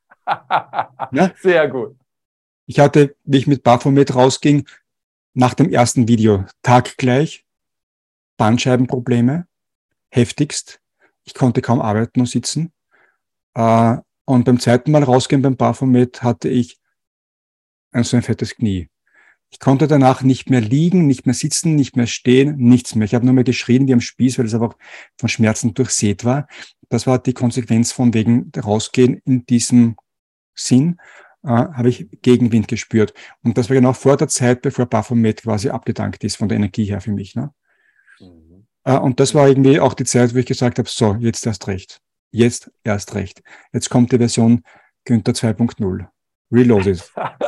Ne? Sehr gut. Ich hatte, wie ich mit Baphomet rausging, nach dem ersten Video taggleich Bandscheibenprobleme, heftigst. Ich konnte kaum arbeiten und sitzen. Äh, und beim zweiten Mal rausgehen beim Baphomet hatte ich ein so ein fettes Knie. Ich konnte danach nicht mehr liegen, nicht mehr sitzen, nicht mehr stehen, nichts mehr. Ich habe nur mehr geschrien wie am Spieß, weil es einfach von Schmerzen durchsät war. Das war die Konsequenz von wegen rausgehen in diesem Sinn, äh, habe ich Gegenwind gespürt. Und das war genau vor der Zeit, bevor Baphomet quasi abgedankt ist von der Energie her für mich. Ne? Mhm. Äh, und das war irgendwie auch die Zeit, wo ich gesagt habe, so, jetzt erst recht. Jetzt erst recht. Jetzt kommt die Version Günther zwei Punkt null. Reloaded.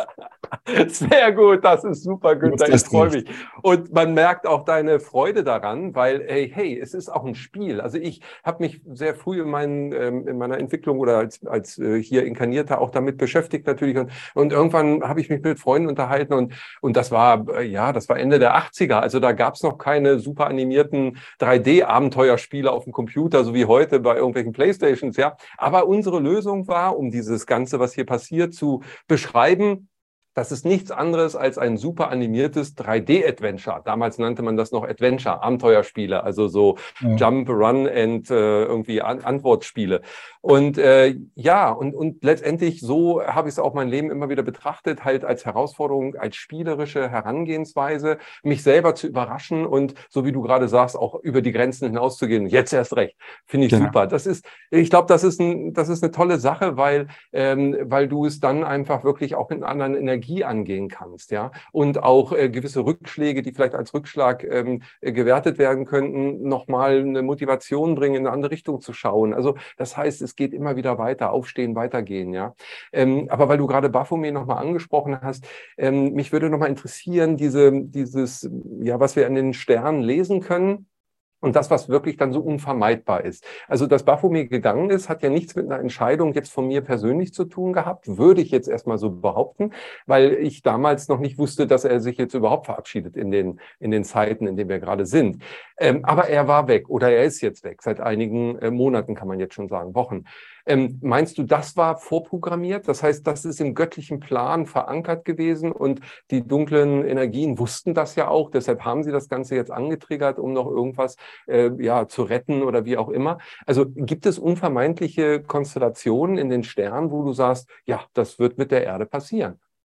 Sehr gut, das ist super, Günther. Ich Jetzt freue recht. mich. Und man merkt auch deine Freude daran, weil, hey, hey, es ist auch ein Spiel. Also ich habe mich sehr früh in, meinen, ähm, in meiner Entwicklung oder als, als äh, hier Inkarnierter auch damit beschäftigt natürlich. Und, und irgendwann habe ich mich mit Freunden unterhalten und, und das war, äh, ja, das war Ende der achtziger. Also da gab es noch keine super animierten drei D-Abenteuerspiele auf dem Computer, so wie heute bei irgendwelchen Playstations, ja. Aber unsere Lösung war, um dieses Ganze, was hier passiert, zu beschreiben, das ist nichts anderes als ein super animiertes drei D-Adventure. Damals nannte man das noch Adventure, Abenteuerspiele, also so Ja. Jump, Run and äh, irgendwie An Antwortspiele. Und äh, ja, und, und letztendlich so habe ich es auch mein Leben immer wieder betrachtet, halt als Herausforderung, als spielerische Herangehensweise, mich selber zu überraschen und so wie du gerade sagst, auch über die Grenzen hinauszugehen. Jetzt erst recht. Finde ich Genau. super. Das ist, ich glaube, das ist ein, das ist eine tolle Sache, weil, ähm, weil du es dann einfach wirklich auch in anderen Energien angehen kannst, ja, und auch äh, gewisse Rückschläge, die vielleicht als Rückschlag ähm, äh, gewertet werden könnten, nochmal eine Motivation bringen, in eine andere Richtung zu schauen. Also das heißt, es geht immer wieder weiter, aufstehen, weitergehen, ja. Ähm, aber weil du gerade Baphomet nochmal angesprochen hast, ähm, mich würde nochmal interessieren, diese, dieses, ja, was wir an den Sternen lesen können. Und das, was wirklich dann so unvermeidbar ist. Also, dass Baphomet gegangen ist, hat ja nichts mit einer Entscheidung jetzt von mir persönlich zu tun gehabt, würde ich jetzt erstmal so behaupten, weil ich damals noch nicht wusste, dass er sich jetzt überhaupt verabschiedet in den, in den Zeiten, in denen wir gerade sind. Ähm, aber er war weg oder er ist jetzt weg, seit einigen äh, Monaten kann man jetzt schon sagen, Wochen. Ähm, meinst du, das war vorprogrammiert? Das heißt, das ist im göttlichen Plan verankert gewesen und die dunklen Energien wussten das ja auch, deshalb haben sie das Ganze jetzt angetriggert, um noch irgendwas äh, ja, zu retten oder wie auch immer. Also gibt es unvermeidliche Konstellationen in den Sternen, wo du sagst, ja, das wird mit der Erde passieren?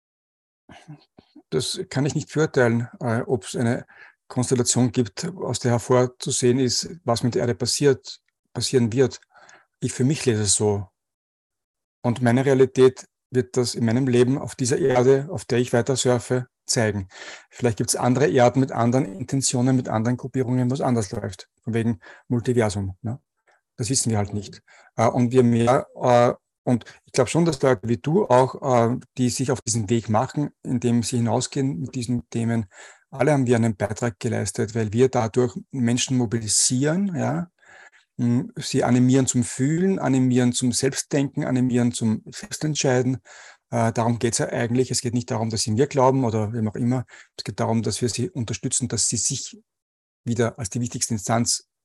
Das kann ich nicht beurteilen, äh, ob es eine Konstellation gibt, aus der hervorzusehen ist, was mit der Erde passiert, passieren wird. Ich für mich lese es so. Und meine Realität wird das in meinem Leben auf dieser Erde, auf der ich weiter surfe, zeigen. Vielleicht gibt es andere Erden mit anderen Intentionen, mit anderen Gruppierungen, was anders läuft. Von wegen Multiversum. Ne? Das wissen wir halt nicht. Äh, und wir mehr, äh, und ich glaube schon, dass Leute wie du auch, äh, die sich auf diesen Weg machen, indem sie hinausgehen mit diesen Themen, alle haben wir einen Beitrag geleistet, weil wir dadurch Menschen mobilisieren, ja, sie animieren zum Fühlen, animieren zum Selbstdenken, animieren zum Selbstentscheiden. Äh, darum geht es ja eigentlich. Es geht nicht darum, dass sie mir glauben oder wem auch immer. Es geht darum, dass wir sie unterstützen, dass sie sich wieder als die wichtigste Instanz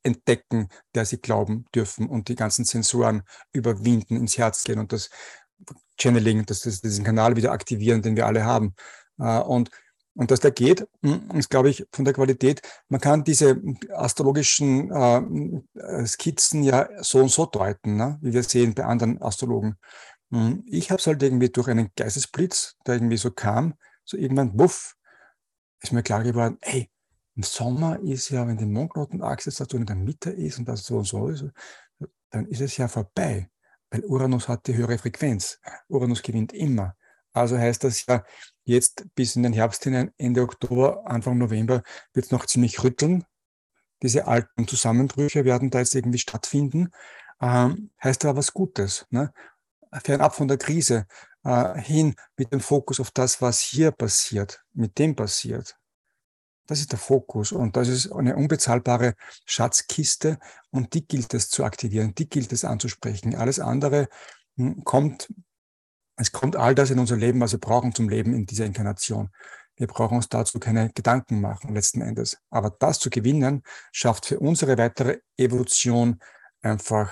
entdecken, der sie glauben dürfen und die ganzen Sensoren überwinden, ins Herz gehen und das Channeling, das, das, diesen Kanal wieder aktivieren, den wir alle haben. Äh, und, und dass der geht, ist, glaube ich, von der Qualität, man kann diese astrologischen äh, Skizzen ja so und so deuten, ne? Wie wir sehen bei anderen Astrologen. Ich habe es halt irgendwie durch einen Geistesblitz, der irgendwie so kam, so irgendwann, wuff, ist mir klar geworden, ey, im Sommer ist ja, wenn die Mondknotenachse Saturn in der Mitte ist und das so und so ist, dann ist es ja vorbei, weil Uranus hat die höhere Frequenz. Uranus gewinnt immer. Also heißt das ja, jetzt bis in den Herbst hinein, Ende Oktober, Anfang November, wird es noch ziemlich rütteln. Diese alten Zusammenbrüche werden da jetzt irgendwie stattfinden. Ähm, heißt aber was Gutes, ne? Fernab von der Krise, äh, hin mit dem Fokus auf das, was hier passiert, mit dem passiert. Das ist der Fokus und das ist eine unbezahlbare Schatzkiste und die gilt es zu aktivieren, die gilt es anzusprechen. Alles andere hm, kommt, es kommt all das in unser Leben, was wir brauchen zum Leben in dieser Inkarnation. Wir brauchen uns dazu keine Gedanken machen, letzten Endes. Aber das zu gewinnen, schafft für unsere weitere Evolution einfach,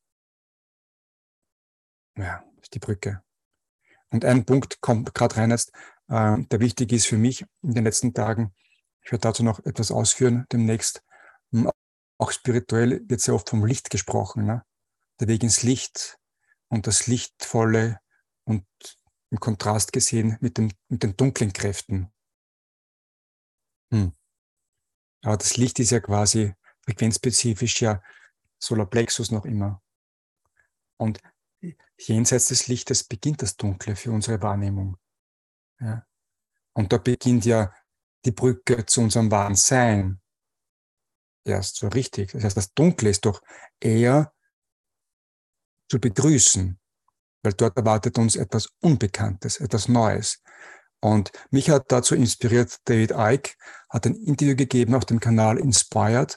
ja, ist die Brücke. Und ein Punkt kommt gerade rein jetzt, äh, der wichtig ist für mich in den letzten Tagen. Ich werde dazu noch etwas ausführen demnächst. Auch spirituell wird sehr oft vom Licht gesprochen, ne? Der Weg ins Licht und das Lichtvolle und im Kontrast gesehen mit, dem, mit den dunklen Kräften. Hm. Aber das Licht ist ja quasi frequenzspezifisch ja Solarplexus noch immer. Und jenseits des Lichtes beginnt das Dunkle für unsere Wahrnehmung. Ja. Und da beginnt ja die Brücke zu unserem wahren Sein erst so richtig. Das heißt, das Dunkle ist doch eher zu begrüßen, weil dort erwartet uns etwas Unbekanntes, etwas Neues. Und mich hat dazu inspiriert, David Icke hat ein Interview gegeben auf dem Kanal Inspired,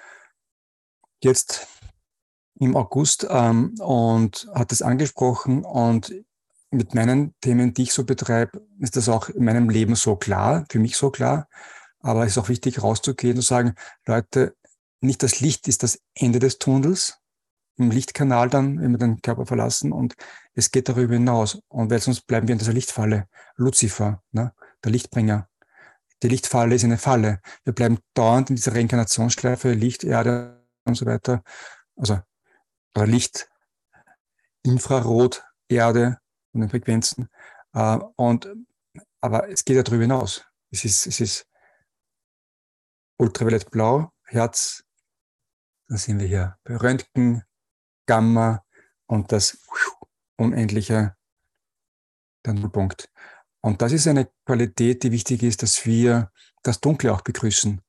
jetzt im August, ähm, und hat es angesprochen und mit meinen Themen, die ich so betreibe, ist das auch in meinem Leben so klar, für mich so klar. Aber es ist auch wichtig, rauszugehen und zu sagen, Leute, nicht das Licht ist das Ende des Tunnels, im Lichtkanal dann, wenn wir den Körper verlassen, und es geht darüber hinaus. Und weil sonst bleiben wir in dieser Lichtfalle. Luzifer, ne? Der Lichtbringer. Die Lichtfalle ist eine Falle. Wir bleiben dauernd in dieser Reinkarnationsschleife, Licht, Erde und so weiter. Also, oder Licht, Infrarot, Erde und den Frequenzen. Äh, und, aber es geht ja darüber hinaus. Es ist, es ist Ultraviolett Blau, Herz, dann sind wir hier bei Röntgen, Gamma und das unendliche, der Nullpunkt. Und das ist eine Qualität, die wichtig ist, dass wir das Dunkle auch begrüßen.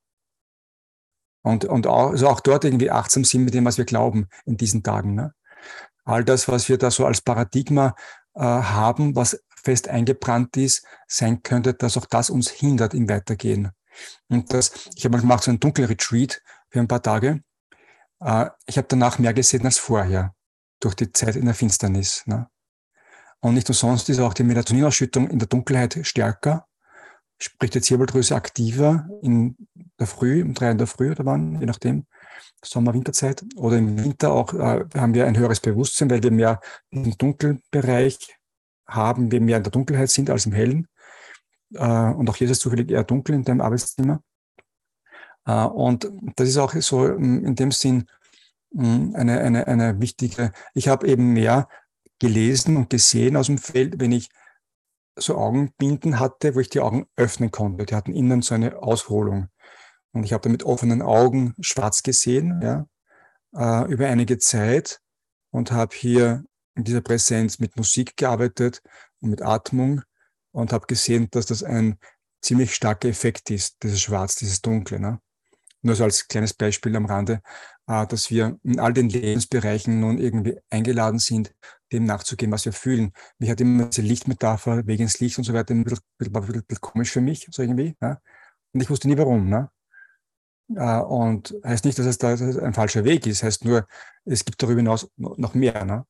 Und, und auch, also auch dort irgendwie achtsam sind mit dem, was wir glauben in diesen Tagen. Ne? All das, was wir da so als Paradigma äh, haben, was fest eingebrannt ist, sein könnte, dass auch das uns hindert im Weitergehen. Und das, ich habe mal gemacht so einen Dunkelretreat für ein paar Tage. Äh, ich habe danach mehr gesehen als vorher, durch die Zeit in der Finsternis. Ne? Und nicht umsonst ist auch die Melatoninausschüttung in der Dunkelheit stärker, sprich die Zirbeldrüse aktiver in der Früh, um drei in der Früh oder wann, je nachdem, Sommer-, Winterzeit. Oder im Winter auch äh, haben wir ein höheres Bewusstsein, weil wir mehr im Dunkelbereich haben, wir mehr in der Dunkelheit sind als im Hellen. Äh, und auch hier ist es zufällig eher dunkel in deinem Arbeitszimmer. Äh, und das ist auch so in dem Sinn eine, eine, eine wichtige, ich habe eben mehr gelesen und gesehen aus dem Feld, wenn ich so Augenbinden hatte, wo ich die Augen öffnen konnte. Die hatten innen so eine Ausholung. Und ich habe da mit offenen Augen schwarz gesehen, ja, äh, über einige Zeit und habe hier in dieser Präsenz mit Musik gearbeitet und mit Atmung und habe gesehen, dass das ein ziemlich starker Effekt ist, dieses Schwarz, dieses Dunkle. Ne? Nur so als kleines Beispiel am Rande, äh, dass wir in all den Lebensbereichen nun irgendwie eingeladen sind, dem nachzugehen, was wir fühlen. Mich hat immer diese Lichtmetapher, Weg ins Licht und so weiter, ein bisschen, ein bisschen, ein bisschen komisch für mich, so irgendwie. Ja? Und ich wusste nie warum. Ne? Äh, und heißt nicht, dass es da ein falscher Weg ist, heißt nur, es gibt darüber hinaus noch mehr. Ne?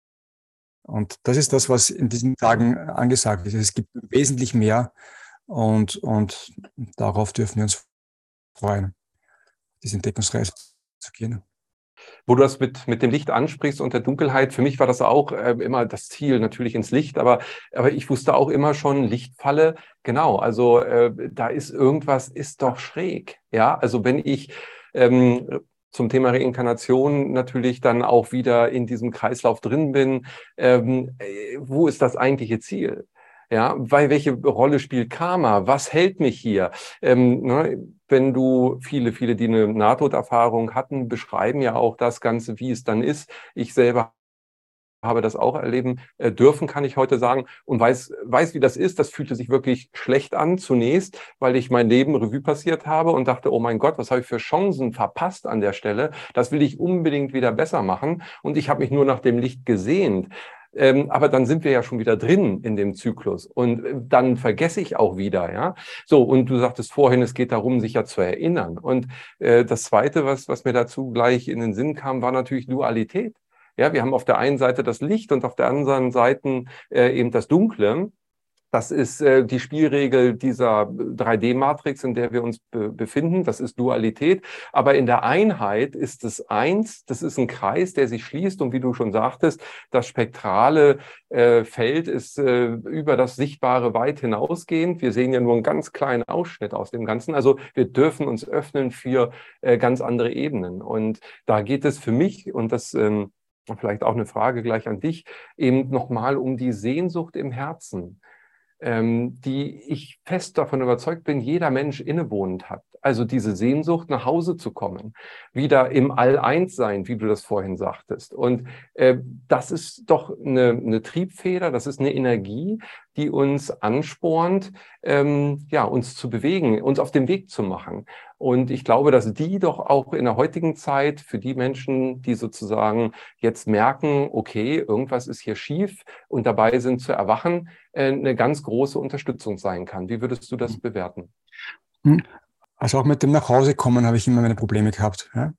Und das ist das, was in diesen Tagen angesagt ist. Es gibt wesentlich mehr und, und darauf dürfen wir uns freuen, diese Entdeckungsreise zu gehen. Wo du das mit, mit dem Licht ansprichst und der Dunkelheit, für mich war das auch äh, immer das Ziel, natürlich ins Licht, aber, aber ich wusste auch immer schon, Lichtfalle, genau, also äh, da ist irgendwas, ist doch schräg, ja, also wenn ich ähm, zum Thema Reinkarnation natürlich dann auch wieder in diesem Kreislauf drin bin, ähm, äh, wo ist das eigentliche Ziel? Ja, weil welche Rolle spielt Karma? Was hält mich hier? Ähm, ne, wenn du viele, viele, die eine Nahtoderfahrung hatten, beschreiben ja auch das Ganze, wie es dann ist. Ich selber habe das auch erleben äh, dürfen, kann ich heute sagen, und weiß, weiß, wie das ist. Das fühlte sich wirklich schlecht an zunächst, weil ich mein Leben Revue passiert habe und dachte, oh mein Gott, was habe ich für Chancen verpasst an der Stelle? Das will ich unbedingt wieder besser machen. Und ich habe mich nur nach dem Licht gesehnt. Ähm, aber dann sind wir ja schon wieder drin in dem Zyklus und äh, dann vergesse ich auch wieder, ja. So, und du sagtest vorhin, es geht darum, sich ja zu erinnern. Und äh, das Zweite, was, was mir dazu gleich in den Sinn kam, war natürlich Dualität. Ja, wir haben auf der einen Seite das Licht und auf der anderen Seite äh, eben das Dunkle. Das ist äh, die Spielregel dieser drei D-Matrix, in der wir uns be befinden. Das ist Dualität. Aber in der Einheit ist es eins. Das ist ein Kreis, der sich schließt. Und wie du schon sagtest, das spektrale äh, Feld ist äh, über das Sichtbare weit hinausgehend. Wir sehen ja nur einen ganz kleinen Ausschnitt aus dem Ganzen. Also wir dürfen uns öffnen für äh, ganz andere Ebenen. Und da geht es für mich, und das ähm, vielleicht auch eine Frage gleich an dich, eben nochmal um die Sehnsucht im Herzen, ähm, die ich fest davon überzeugt bin, jeder Mensch innewohnend hat. Also diese Sehnsucht, nach Hause zu kommen, wieder im All-Eins sein, wie du das vorhin sagtest. Und äh, das ist doch eine, eine Triebfeder, das ist eine Energie, die uns anspornt, ähm, ja, uns zu bewegen, uns auf den Weg zu machen. Und ich glaube, dass die doch auch in der heutigen Zeit für die Menschen, die sozusagen jetzt merken, okay, irgendwas ist hier schief und dabei sind zu erwachen, äh, eine ganz große Unterstützung sein kann. Wie würdest du das bewerten? Also auch mit dem Nachhausekommen habe ich immer meine Probleme gehabt. Ja?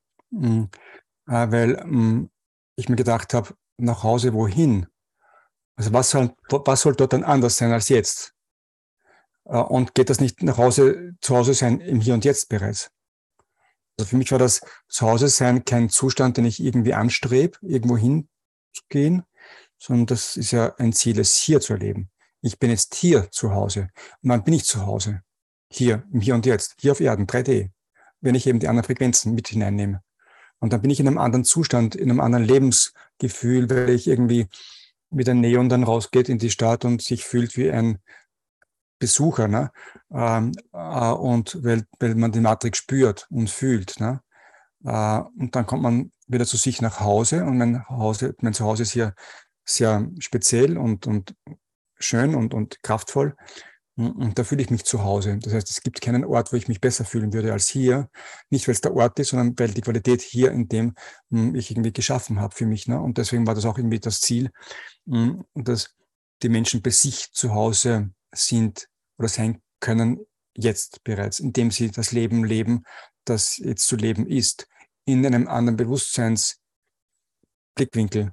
Weil ich mir gedacht habe, nach Hause wohin? Also was soll, was soll dort dann anders sein als jetzt? Und geht das nicht nach Hause, zu Hause sein im Hier und Jetzt bereits? Also für mich war das Zuhause sein kein Zustand, den ich irgendwie anstrebe, irgendwo hinzugehen, sondern das ist ja ein Ziel, es hier zu erleben. Ich bin jetzt hier zu Hause. Und dann bin ich zu Hause. Hier, im Hier und Jetzt, hier auf Erden, drei D. Wenn ich eben die anderen Frequenzen mit hineinnehme. Und dann bin ich in einem anderen Zustand, in einem anderen Lebensgefühl, weil ich irgendwie mit einem Neon dann rausgeht in die Stadt und sich fühlt wie ein Besucher, ne? Ähm, äh, und weil, weil man die Matrix spürt und fühlt, ne? Äh, und dann kommt man wieder zu sich nach Hause und mein Hause, mein Zuhause ist hier sehr speziell und, und schön und, und kraftvoll. Und da fühle ich mich zu Hause. Das heißt, es gibt keinen Ort, wo ich mich besser fühlen würde als hier. Nicht, weil es der Ort ist, sondern weil die Qualität hier in dem ich irgendwie geschaffen habe für mich. Ne? Und deswegen war das auch irgendwie das Ziel, dass die Menschen bei sich zu Hause sind oder sein können jetzt bereits, indem sie das Leben leben, das jetzt zu leben ist, in einem anderen Bewusstseinsblickwinkel.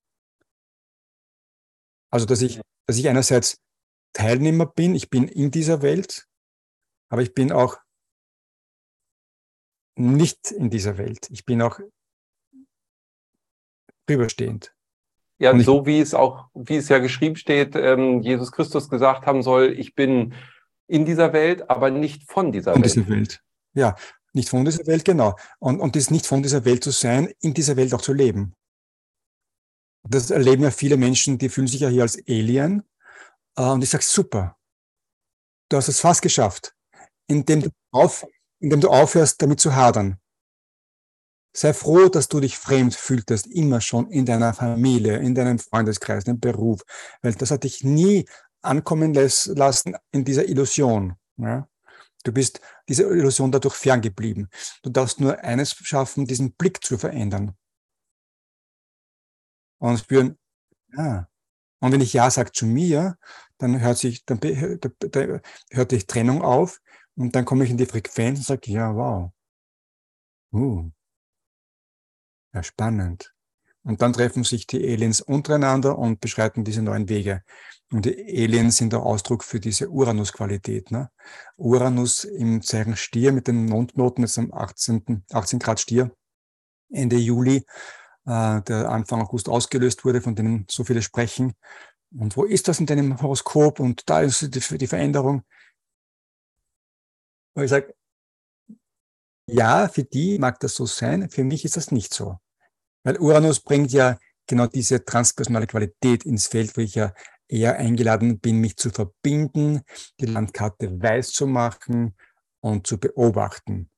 Also, dass ich, dass ich einerseits Teilnehmer bin, ich bin in dieser Welt, aber ich bin auch nicht in dieser Welt. Ich bin auch drüberstehend. Ja, Und ich so wie es auch, wie es ja geschrieben steht, ähm, Jesus Christus gesagt haben soll, ich bin in dieser Welt, aber nicht von dieser von Welt. dieser Welt. Ja, nicht von dieser Welt, genau. Und, und das nicht von dieser Welt zu sein, in dieser Welt auch zu leben. Das erleben ja viele Menschen, die fühlen sich ja hier als Alien. Und ich sage, super, du hast es fast geschafft, indem du, auf, indem du aufhörst, damit zu hadern. Sei froh, dass du dich fremd fühltest, immer schon in deiner Familie, in deinem Freundeskreis, in deinem Beruf, weil das hat dich nie ankommen lassen in dieser Illusion. Ja? Du bist dieser Illusion dadurch ferngeblieben. Du darfst nur eines schaffen, diesen Blick zu verändern. Und spüren, ja. Und wenn ich Ja sage zu mir, dann hört sich, dann hört die Trennung auf und dann komme ich in die Frequenz und sage, ja, wow. Uh. Ja, spannend. Und dann treffen sich die Aliens untereinander und beschreiten diese neuen Wege. Und die Aliens sind der Ausdruck für diese Uranus-Qualität. Ne? Uranus im Zeichen Stier mit den Mondknoten, jetzt am achtzehn Grad Stier, Ende Juli, äh, der Anfang August ausgelöst wurde, von denen so viele sprechen. Und wo ist das in deinem Horoskop? Und da ist die, die Veränderung. Und ich sage, ja, für die mag das so sein, für mich ist das nicht so. Weil Uranus bringt ja genau diese transpersonale Qualität ins Feld, wo ich ja eher eingeladen bin, mich zu verbinden, die Landkarte weiß zu machen und zu beobachten.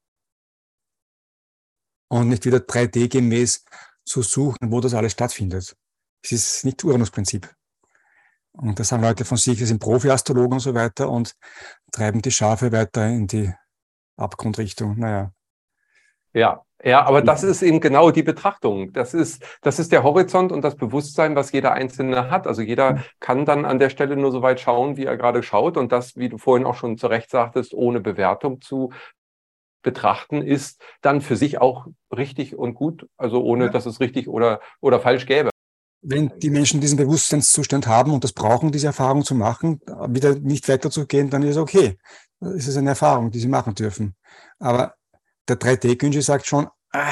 Und nicht wieder drei D-gemäß zu suchen, wo das alles stattfindet. Es ist nicht Uranus-Prinzip. Und das haben Leute von sich, das sind Profi-Astrologen und so weiter und treiben die Schafe weiter in die Abgrundrichtung. Naja. Ja, ja, aber das ist eben genau die Betrachtung. Das ist, das ist der Horizont und das Bewusstsein, was jeder Einzelne hat. Also jeder kann dann an der Stelle nur so weit schauen, wie er gerade schaut. Und das, wie du vorhin auch schon zu Recht sagtest, ohne Bewertung zu betrachten, ist dann für sich auch richtig und gut. Also ohne, ja, dass es richtig oder, oder falsch gäbe. Wenn die Menschen diesen Bewusstseinszustand haben und das brauchen, diese Erfahrung zu machen, wieder nicht weiterzugehen, dann ist es okay. Das ist eine Erfahrung, die sie machen dürfen. Aber der drei D-Günsche sagt schon, ah,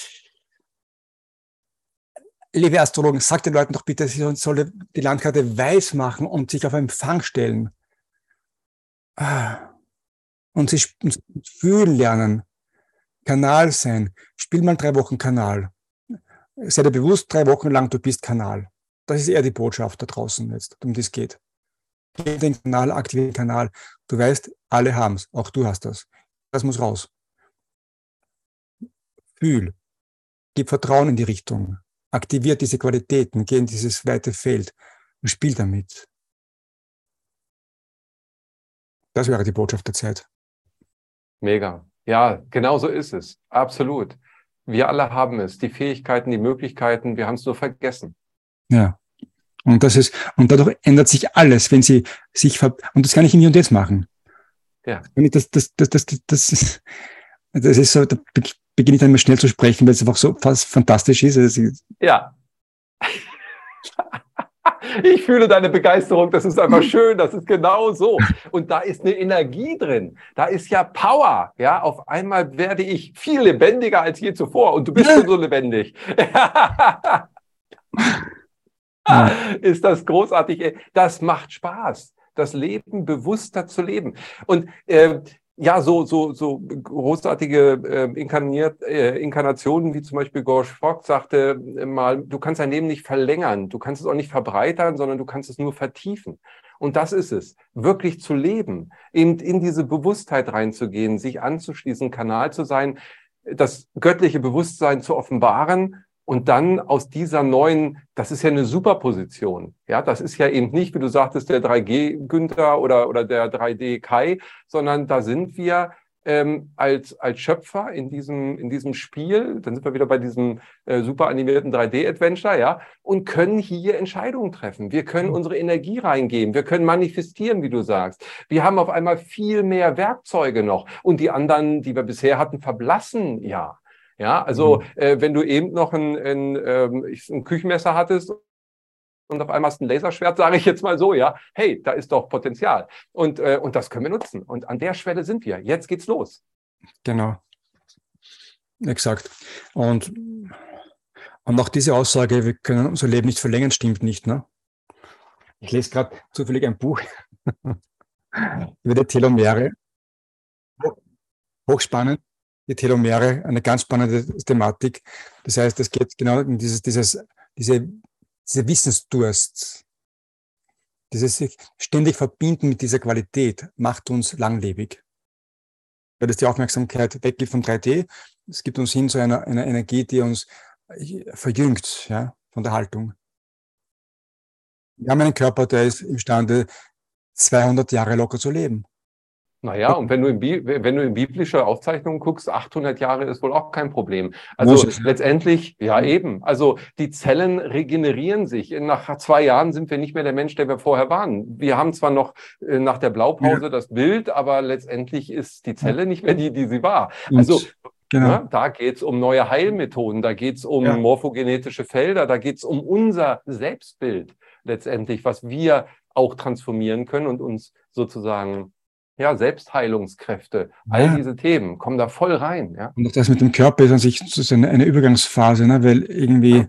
liebe Astrologen, sagt den Leuten doch bitte, sie sollen die Landkarte weiß machen und sich auf Empfang stellen. Ah, und sie fühlen lernen. Kanal sein. Spiel mal drei Wochen Kanal. Sei dir bewusst, drei Wochen lang, du bist Kanal. Das ist eher die Botschaft da draußen jetzt, um die es geht. Geh den Kanal, aktiviere den Kanal. Du weißt, alle haben es. Auch du hast das. Das muss raus. Fühl. Gib Vertrauen in die Richtung. Aktiviert diese Qualitäten. Geh in dieses weite Feld und spiel damit. Das wäre die Botschaft der Zeit. Mega. Ja, genau so ist es. Absolut. Wir alle haben es. Die Fähigkeiten, die Möglichkeiten. Wir haben es nur vergessen. Ja. Und das ist, und dadurch ändert sich alles, wenn sie sich ver, und das kann ich im Hier und Jetzt machen. Ja. Das, das, das, das, das, ist, das ist so, da beginne ich dann mal schnell zu sprechen, weil es einfach so fast fantastisch ist. Ja. Ich fühle deine Begeisterung, das ist einfach schön, das ist genau so. Und da ist eine Energie drin, da ist ja Power. Ja, auf einmal werde ich viel lebendiger als je zuvor und du bist schon so lebendig. Ist das großartig? Das macht Spaß, das Leben bewusster zu leben. Und äh, ja, so, so, so großartige äh, inkarniert, äh, Inkarnationen wie zum Beispiel Gorge Fock sagte mal, du kannst dein Leben nicht verlängern, du kannst es auch nicht verbreitern, sondern du kannst es nur vertiefen. Und das ist es, wirklich zu leben, eben in diese Bewusstheit reinzugehen, sich anzuschließen, Kanal zu sein, das göttliche Bewusstsein zu offenbaren. Und dann aus dieser neuen, das ist ja eine Superposition. Ja, das ist ja eben nicht, wie du sagtest, der drei G Günther oder, oder der drei D Kai, sondern da sind wir ähm, als, als Schöpfer in diesem, in diesem Spiel, dann sind wir wieder bei diesem äh, super animierten drei D Adventure, ja, und können hier Entscheidungen treffen. Wir können unsere Energie reingeben. Wir können manifestieren, wie du sagst. Wir haben auf einmal viel mehr Werkzeuge noch. Und die anderen, die wir bisher hatten, verblassen, ja. Ja, also mhm. äh, wenn du eben noch ein, ein, ähm, ein Küchenmesser hattest und auf einmal hast du ein Laserschwert, sage ich jetzt mal so, ja, hey, da ist doch Potenzial. Und, äh, und das können wir nutzen. Und an der Schwelle sind wir. Jetzt geht's los. Genau. Exakt. Und, und auch diese Aussage, wir können unser Leben nicht verlängern, stimmt nicht. Ne? Ich lese gerade zufällig ein Buch über die Telomere. Hochspannend. Die Telomere, eine ganz spannende Thematik. Das heißt, es geht genau um dieses, dieses, diese, diese Wissensdurst. Dieses sich ständig verbinden mit dieser Qualität macht uns langlebig. Weil das die Aufmerksamkeit weggeht vom drei D. Es gibt uns hin zu einer, einer Energie, die uns verjüngt, ja, von der Haltung. Wir haben einen Körper, der ist imstande, zweihundert Jahre locker zu leben. Naja, und wenn du, in wenn du in biblische Aufzeichnungen guckst, achthundert Jahre ist wohl auch kein Problem. Also Moses, letztendlich, ja eben, also die Zellen regenerieren sich. Nach zwei Jahren sind wir nicht mehr der Mensch, der wir vorher waren. Wir haben zwar noch nach der Blaupause ja. das Bild, aber letztendlich ist die Zelle nicht mehr die, die sie war. Also genau. ne, da geht es um neue Heilmethoden, da geht es um ja. morphogenetische Felder, da geht es um unser Selbstbild letztendlich, was wir auch transformieren können und uns sozusagen Ja, Selbstheilungskräfte, all Ja. diese Themen kommen da voll rein. Ja. Und auch das mit dem Körper ist an sich so eine, eine Übergangsphase, ne? Weil irgendwie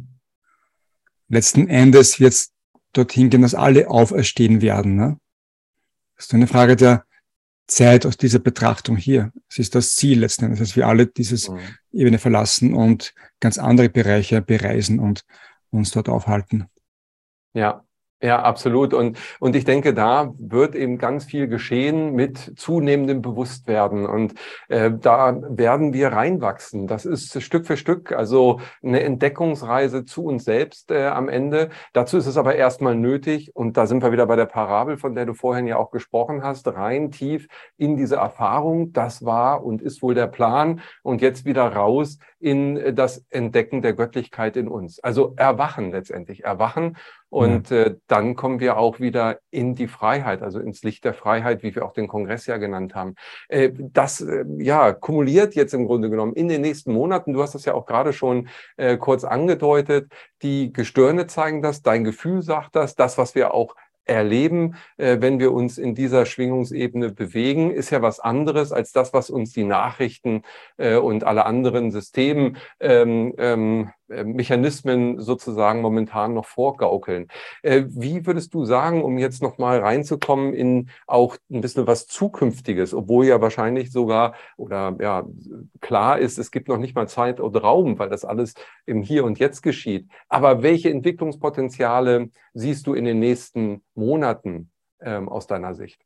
letzten Endes wird es dorthin gehen, dass alle auferstehen werden. Ne? Das ist eine Frage der Zeit aus dieser Betrachtung hier. Es ist das Ziel letzten Endes, dass wir alle dieses Mhm. Ebene verlassen und ganz andere Bereiche bereisen und uns dort aufhalten. Ja, ja, absolut. Und, und ich denke, da wird eben ganz viel geschehen mit zunehmendem Bewusstwerden. Und äh, da werden wir reinwachsen. Das ist Stück für Stück, also eine Entdeckungsreise zu uns selbst äh, am Ende. Dazu ist es aber erstmal nötig, und da sind wir wieder bei der Parabel, von der du vorhin ja auch gesprochen hast, rein tief in diese Erfahrung. Das war und ist wohl der Plan. Und jetzt wieder raus in das Entdecken der Göttlichkeit in uns. Also erwachen letztendlich, erwachen. Und Ja. äh, dann kommen wir auch wieder in die Freiheit, also ins Licht der Freiheit, wie wir auch den Kongress ja genannt haben. Äh, das äh, ja kumuliert jetzt im Grunde genommen in den nächsten Monaten. Du hast das ja auch gerade schon äh, kurz angedeutet. Die Gestirne zeigen das, dein Gefühl sagt das, das, was wir auch erleben, äh, wenn wir uns in dieser Schwingungsebene bewegen, ist ja was anderes als das, was uns die Nachrichten äh, und alle anderen Systemen ähm, ähm, Mechanismen sozusagen momentan noch vorgaukeln. Äh, wie würdest du sagen, um jetzt noch mal reinzukommen in auch ein bisschen was Zukünftiges, obwohl ja wahrscheinlich sogar oder ja klar ist, es gibt noch nicht mal Zeit und Raum, weil das alles im Hier und Jetzt geschieht. Aber welche Entwicklungspotenziale siehst du in den nächsten Monaten ähm, aus deiner Sicht?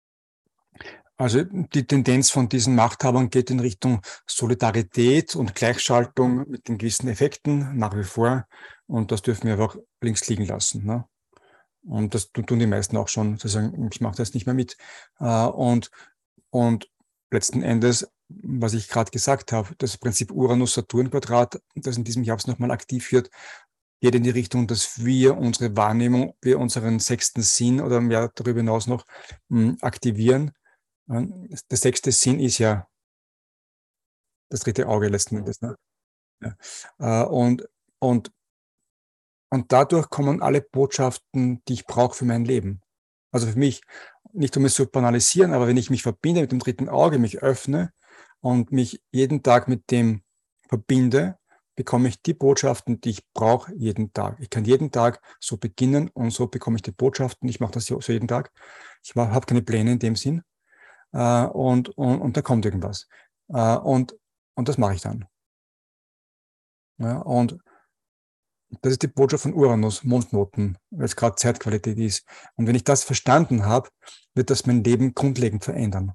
Also die Tendenz von diesen Machthabern geht in Richtung Solidarität und Gleichschaltung mit den gewissen Effekten nach wie vor. Und das dürfen wir einfach links liegen lassen. Ne? Und das tun die meisten auch schon, zu sagen, ich mache das nicht mehr mit. Und, und letzten Endes, was ich gerade gesagt habe, das Prinzip Uranus-Saturn-Quadrat, das in diesem Herbst nochmal aktiv wird, geht in die Richtung, dass wir unsere Wahrnehmung, wir unseren sechsten Sinn oder mehr darüber hinaus noch mh, aktivieren. Der sechste Sinn ist ja das dritte Auge letzten Endes. Ne? Ja. Und, und, und dadurch kommen alle Botschaften, die ich brauche für mein Leben. Also für mich, nicht um es zu banalisieren, aber wenn ich mich verbinde mit dem dritten Auge, mich öffne und mich jeden Tag mit dem verbinde, bekomme ich die Botschaften, die ich brauche, jeden Tag. Ich kann jeden Tag so beginnen und so bekomme ich die Botschaften. Ich mache das so jeden Tag. Ich habe keine Pläne in dem Sinn. Äh, und, und, und da kommt irgendwas. Äh, und, und das mache ich dann. Ja, und das ist die Botschaft von Uranus, Mondknoten, weil es gerade Zeitqualität ist. Und wenn ich das verstanden habe, wird das mein Leben grundlegend verändern.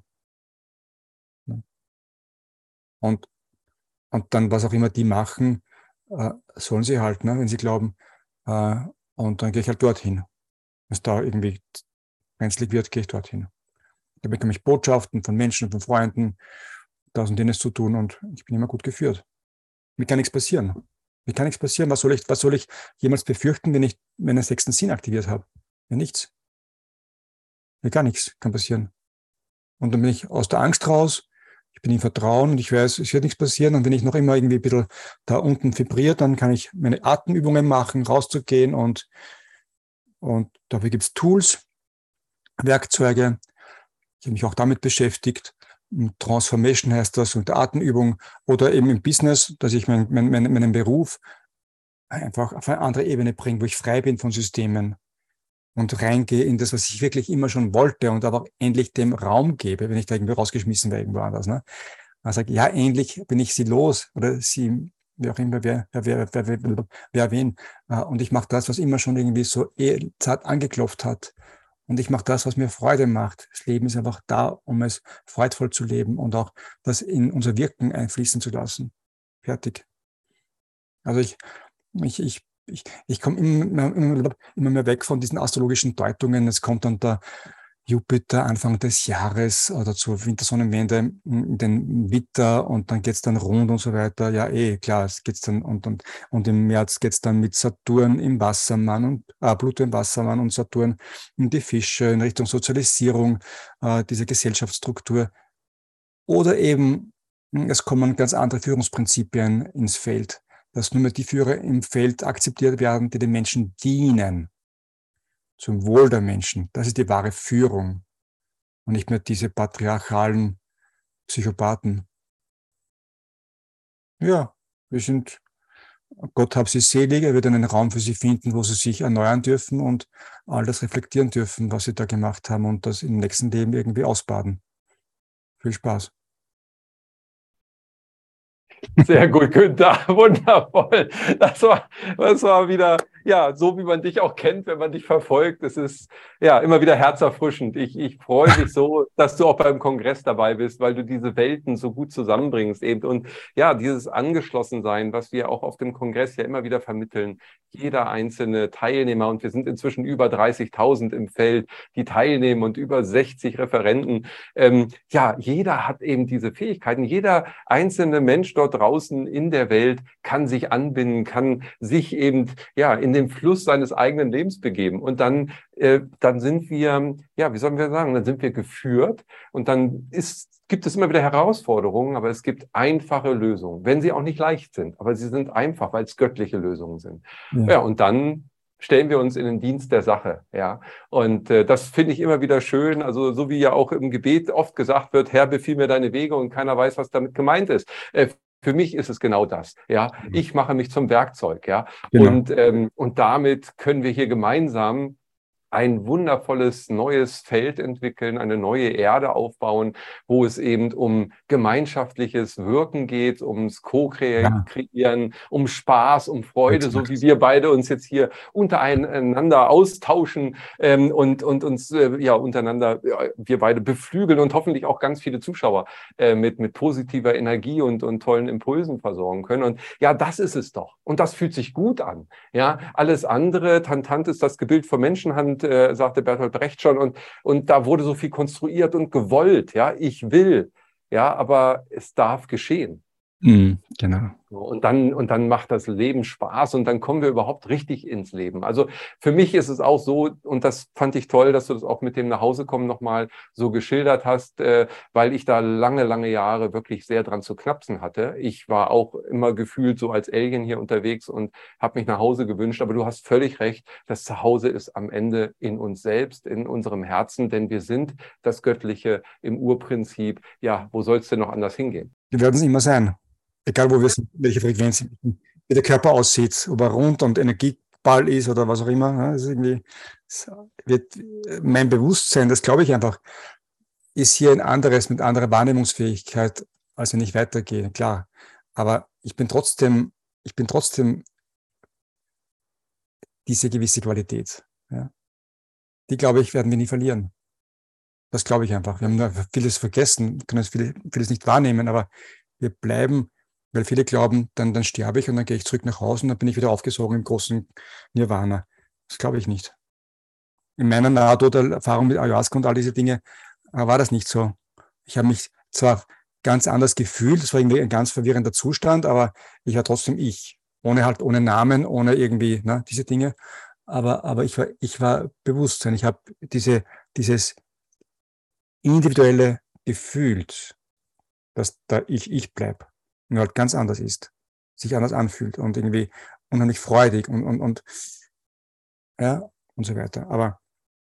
Und, und dann, was auch immer die machen, äh, sollen sie halt, ne, wenn sie glauben. Äh, und dann gehe ich halt dorthin. Wenn es da irgendwie brenzlig wird, gehe ich dorthin. Da bekomme ich Botschaften von Menschen, von Freunden, das und jenes zu tun und ich bin immer gut geführt. Mir kann nichts passieren. Mir kann nichts passieren. Was soll ich, was soll ich jemals befürchten, wenn ich meinen sechsten Sinn aktiviert habe? Ja, nichts. Mir gar nichts kann passieren. Und dann bin ich aus der Angst raus. Ich bin im Vertrauen und ich weiß, es wird nichts passieren. Und wenn ich noch immer irgendwie ein bisschen da unten vibriert, dann kann ich meine Atemübungen machen, rauszugehen und, und dafür gibt es Tools, Werkzeuge. Ich habe mich auch damit beschäftigt. Transformation heißt das und Atemübung oder eben im Business, dass ich mein, mein, meinen Beruf einfach auf eine andere Ebene bringe, wo ich frei bin von Systemen und reingehe in das, was ich wirklich immer schon wollte und aber auch endlich dem Raum gebe, wenn ich da irgendwie rausgeschmissen wäre irgendwo anders. Ne? Dann sage ich, ja, endlich bin ich sie los oder sie, wer auch immer, wer, wer, wer, wer, wer, wer wen. Und ich mache das, was immer schon irgendwie so zart angeklopft hat. Und ich mache das, was mir Freude macht. Das Leben ist einfach da, um es freudvoll zu leben und auch das in unser Wirken einfließen zu lassen. Fertig. Also ich, ich, ich, ich, ich komme immer, immer, immer mehr weg von diesen astrologischen Deutungen. Es kommt dann der Jupiter Anfang des Jahres oder zur Wintersonnenwende in den Witter und dann geht's dann rund und so weiter. Ja, eh, klar, es geht's dann und, und, und im März geht's dann mit Saturn im Wassermann und äh, Pluto im Wassermann und Saturn in die Fische in Richtung Sozialisierung äh, dieser Gesellschaftsstruktur. Oder eben, es kommen ganz andere Führungsprinzipien ins Feld, dass nur mehr die Führer im Feld akzeptiert werden, die den Menschen dienen. Zum Wohl der Menschen. Das ist die wahre Führung. und nicht mehr diese patriarchalen Psychopathen. Ja, wir sind, Gott hab sie selig, er wird einen Raum für sie finden, wo sie sich erneuern dürfen und all das reflektieren dürfen, was sie da gemacht haben und das im nächsten Leben irgendwie ausbaden. Viel Spaß. Sehr gut, Günther, wundervoll. Das war, das war wieder, ja, so wie man dich auch kennt, wenn man dich verfolgt. Es ist ja immer wieder herzerfrischend. Ich, ich freue mich so, dass du auch beim Kongress dabei bist, weil du diese Welten so gut zusammenbringst eben. Und ja, dieses Angeschlossensein, was wir auch auf dem Kongress ja immer wieder vermitteln. Jeder einzelne Teilnehmer, und wir sind inzwischen über dreißigtausend im Feld, die teilnehmen und über sechzig Referenten. Ähm, ja, jeder hat eben diese Fähigkeiten. Jeder einzelne Mensch dort draußen in der Welt kann sich anbinden, kann sich eben ja in den Fluss seines eigenen Lebens begeben. Und dann, äh, dann sind wir, ja, wie sollen wir sagen, dann sind wir geführt und dann ist gibt es immer wieder Herausforderungen, aber es gibt einfache Lösungen, wenn sie auch nicht leicht sind, aber sie sind einfach, weil es göttliche Lösungen sind. Ja. Ja, und dann stellen wir uns in den Dienst der Sache, ja. Und äh, das finde ich immer wieder schön. Also so wie ja auch im Gebet oft gesagt wird, Herr, befiehl mir deine Wege und keiner weiß, was damit gemeint ist. Äh, für mich ist es genau das, ja. Ich mache mich zum Werkzeug, ja. Genau. Und, ähm, und damit können wir hier gemeinsam ein wundervolles neues Feld entwickeln, eine neue Erde aufbauen, wo es eben um gemeinschaftliches Wirken geht, ums Co-Kreieren, um Spaß, um Freude, Exakt. so wie wir beide uns jetzt hier untereinander austauschen ähm, und, und uns äh, ja untereinander, ja, wir beide beflügeln und hoffentlich auch ganz viele Zuschauer äh, mit, mit positiver Energie und, und tollen Impulsen versorgen können. Und ja, das ist es doch. Und das fühlt sich gut an. Ja, alles andere, Tantant ist das Gebild von Menschenhand, äh, sagte Bertolt Brecht schon, und, und da wurde so viel konstruiert und gewollt, ja, ich will, ja, aber es darf geschehen. Mhm, genau. Und dann, und dann macht das Leben Spaß und dann kommen wir überhaupt richtig ins Leben. Also für mich ist es auch so, und das fand ich toll, dass du das auch mit dem Nachhausekommen nochmal so geschildert hast, äh, weil ich da lange, lange Jahre wirklich sehr dran zu knapsen hatte. Ich war auch immer gefühlt so als Alien hier unterwegs und habe mich nach Hause gewünscht. Aber du hast völlig recht, das Zuhause ist am Ende in uns selbst, in unserem Herzen, denn wir sind das Göttliche im Urprinzip. Ja, wo soll es denn noch anders hingehen? Wir werden es immer sein. Egal, wo wir sind, welche Frequenz, wie der Körper aussieht, ob er rund und Energieball ist oder was auch immer. Das ist irgendwie, das wird mein Bewusstsein, das glaube ich einfach, ist hier ein anderes mit anderer Wahrnehmungsfähigkeit, als wenn ich weitergehe, klar. Aber ich bin trotzdem, ich bin trotzdem diese gewisse Qualität. Ja. Die, glaube ich, werden wir nie verlieren. Das glaube ich einfach. Wir haben nur vieles vergessen, können vieles, vieles nicht wahrnehmen, aber wir bleiben. Weil viele glauben, dann, dann sterbe ich und dann gehe ich zurück nach Hause und dann bin ich wieder aufgesogen im großen Nirvana. Das glaube ich nicht. In meiner Nahtoderfahrung mit Ayahuasca und all diese Dinge war das nicht so. Ich habe mich zwar ganz anders gefühlt, das war irgendwie ein ganz verwirrender Zustand, aber ich war trotzdem ich. Ohne halt, ohne Namen, ohne irgendwie, ne, diese Dinge. Aber, aber ich war, ich war Bewusstsein. Ich habe diese, dieses individuelle gefühlt, dass da ich ich bleibe. Nur halt ganz anders ist, sich anders anfühlt und irgendwie unheimlich freudig und, und, und ja, und so weiter. Aber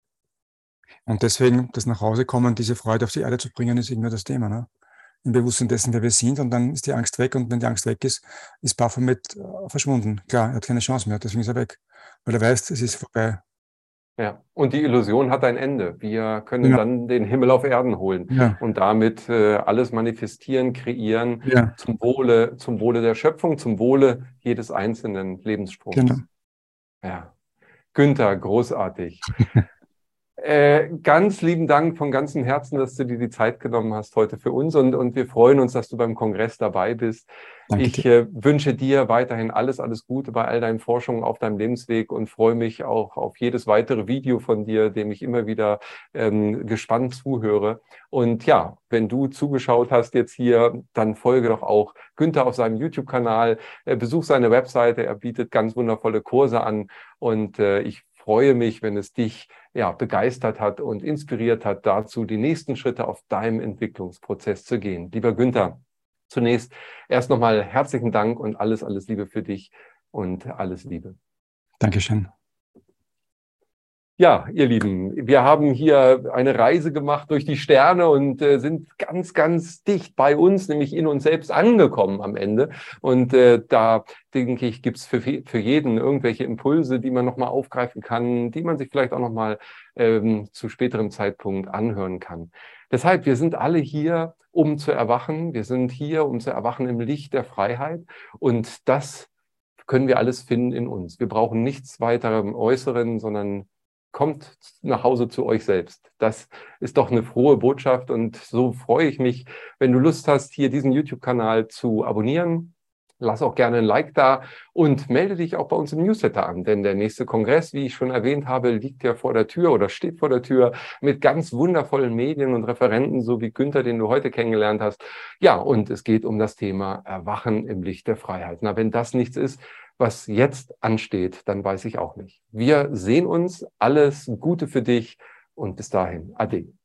und deswegen das nach Hause kommen, diese Freude auf die Erde zu bringen, ist irgendwie das Thema. Ne? Im Bewusstsein dessen, wer wir sind, und dann ist die Angst weg, und wenn die Angst weg ist, ist Baphomet äh, verschwunden. Klar, er hat keine Chance mehr, deswegen ist er weg, weil er weiß, es ist vorbei. Ja, und die Illusion hat ein Ende. Wir können Ja, dann den Himmel auf Erden holen ja, und damit äh, alles manifestieren, kreieren ja, zum Wohle, zum Wohle der Schöpfung, zum Wohle jedes einzelnen genau. Lebenssprungs. Ja, Günther, großartig. Äh, ganz lieben Dank von ganzem Herzen, dass du dir die Zeit genommen hast heute für uns, und, und wir freuen uns, dass du beim Kongress dabei bist. Danke Ich dir. äh, wünsche dir weiterhin alles, alles Gute bei all deinen Forschungen auf deinem Lebensweg und freue mich auch auf jedes weitere Video von dir, dem ich immer wieder ähm, gespannt zuhöre. Und ja, wenn du zugeschaut hast jetzt hier, dann folge doch auch Günther auf seinem YouTube-Kanal, äh, besuch seine Webseite, er bietet ganz wundervolle Kurse an, und äh, ich freue mich, wenn es dich ja, begeistert hat und inspiriert hat, dazu die nächsten Schritte auf deinem Entwicklungsprozess zu gehen. Lieber Günther, zunächst erst nochmal herzlichen Dank und alles, alles Liebe für dich und alles Liebe. Dankeschön. Ja, ihr Lieben, wir haben hier eine Reise gemacht durch die Sterne und äh, sind ganz, ganz dicht bei uns, nämlich in uns selbst angekommen am Ende. Und äh, da, denke ich, gibt es für, für jeden irgendwelche Impulse, die man nochmal aufgreifen kann, die man sich vielleicht auch nochmal ähm, zu späterem Zeitpunkt anhören kann. Deshalb, wir sind alle hier, um zu erwachen. Wir sind hier, um zu erwachen im Licht der Freiheit. Und das können wir alles finden in uns. Wir brauchen nichts weiter im Äußeren, sondern kommt nach Hause zu euch selbst. Das ist doch eine frohe Botschaft und so freue ich mich, wenn du Lust hast, hier diesen YouTube-Kanal zu abonnieren. Lass auch gerne ein Like da und melde dich auch bei uns im Newsletter an, denn der nächste Kongress, wie ich schon erwähnt habe, liegt ja vor der Tür oder steht vor der Tür mit ganz wundervollen Medien und Referenten, so wie Günther, den du heute kennengelernt hast. Ja, und es geht um das Thema Erwachen im Licht der Freiheit. Na, wenn das nichts ist, was jetzt ansteht, dann weiß ich auch nicht. Wir sehen uns. Alles Gute für dich und bis dahin. Ade.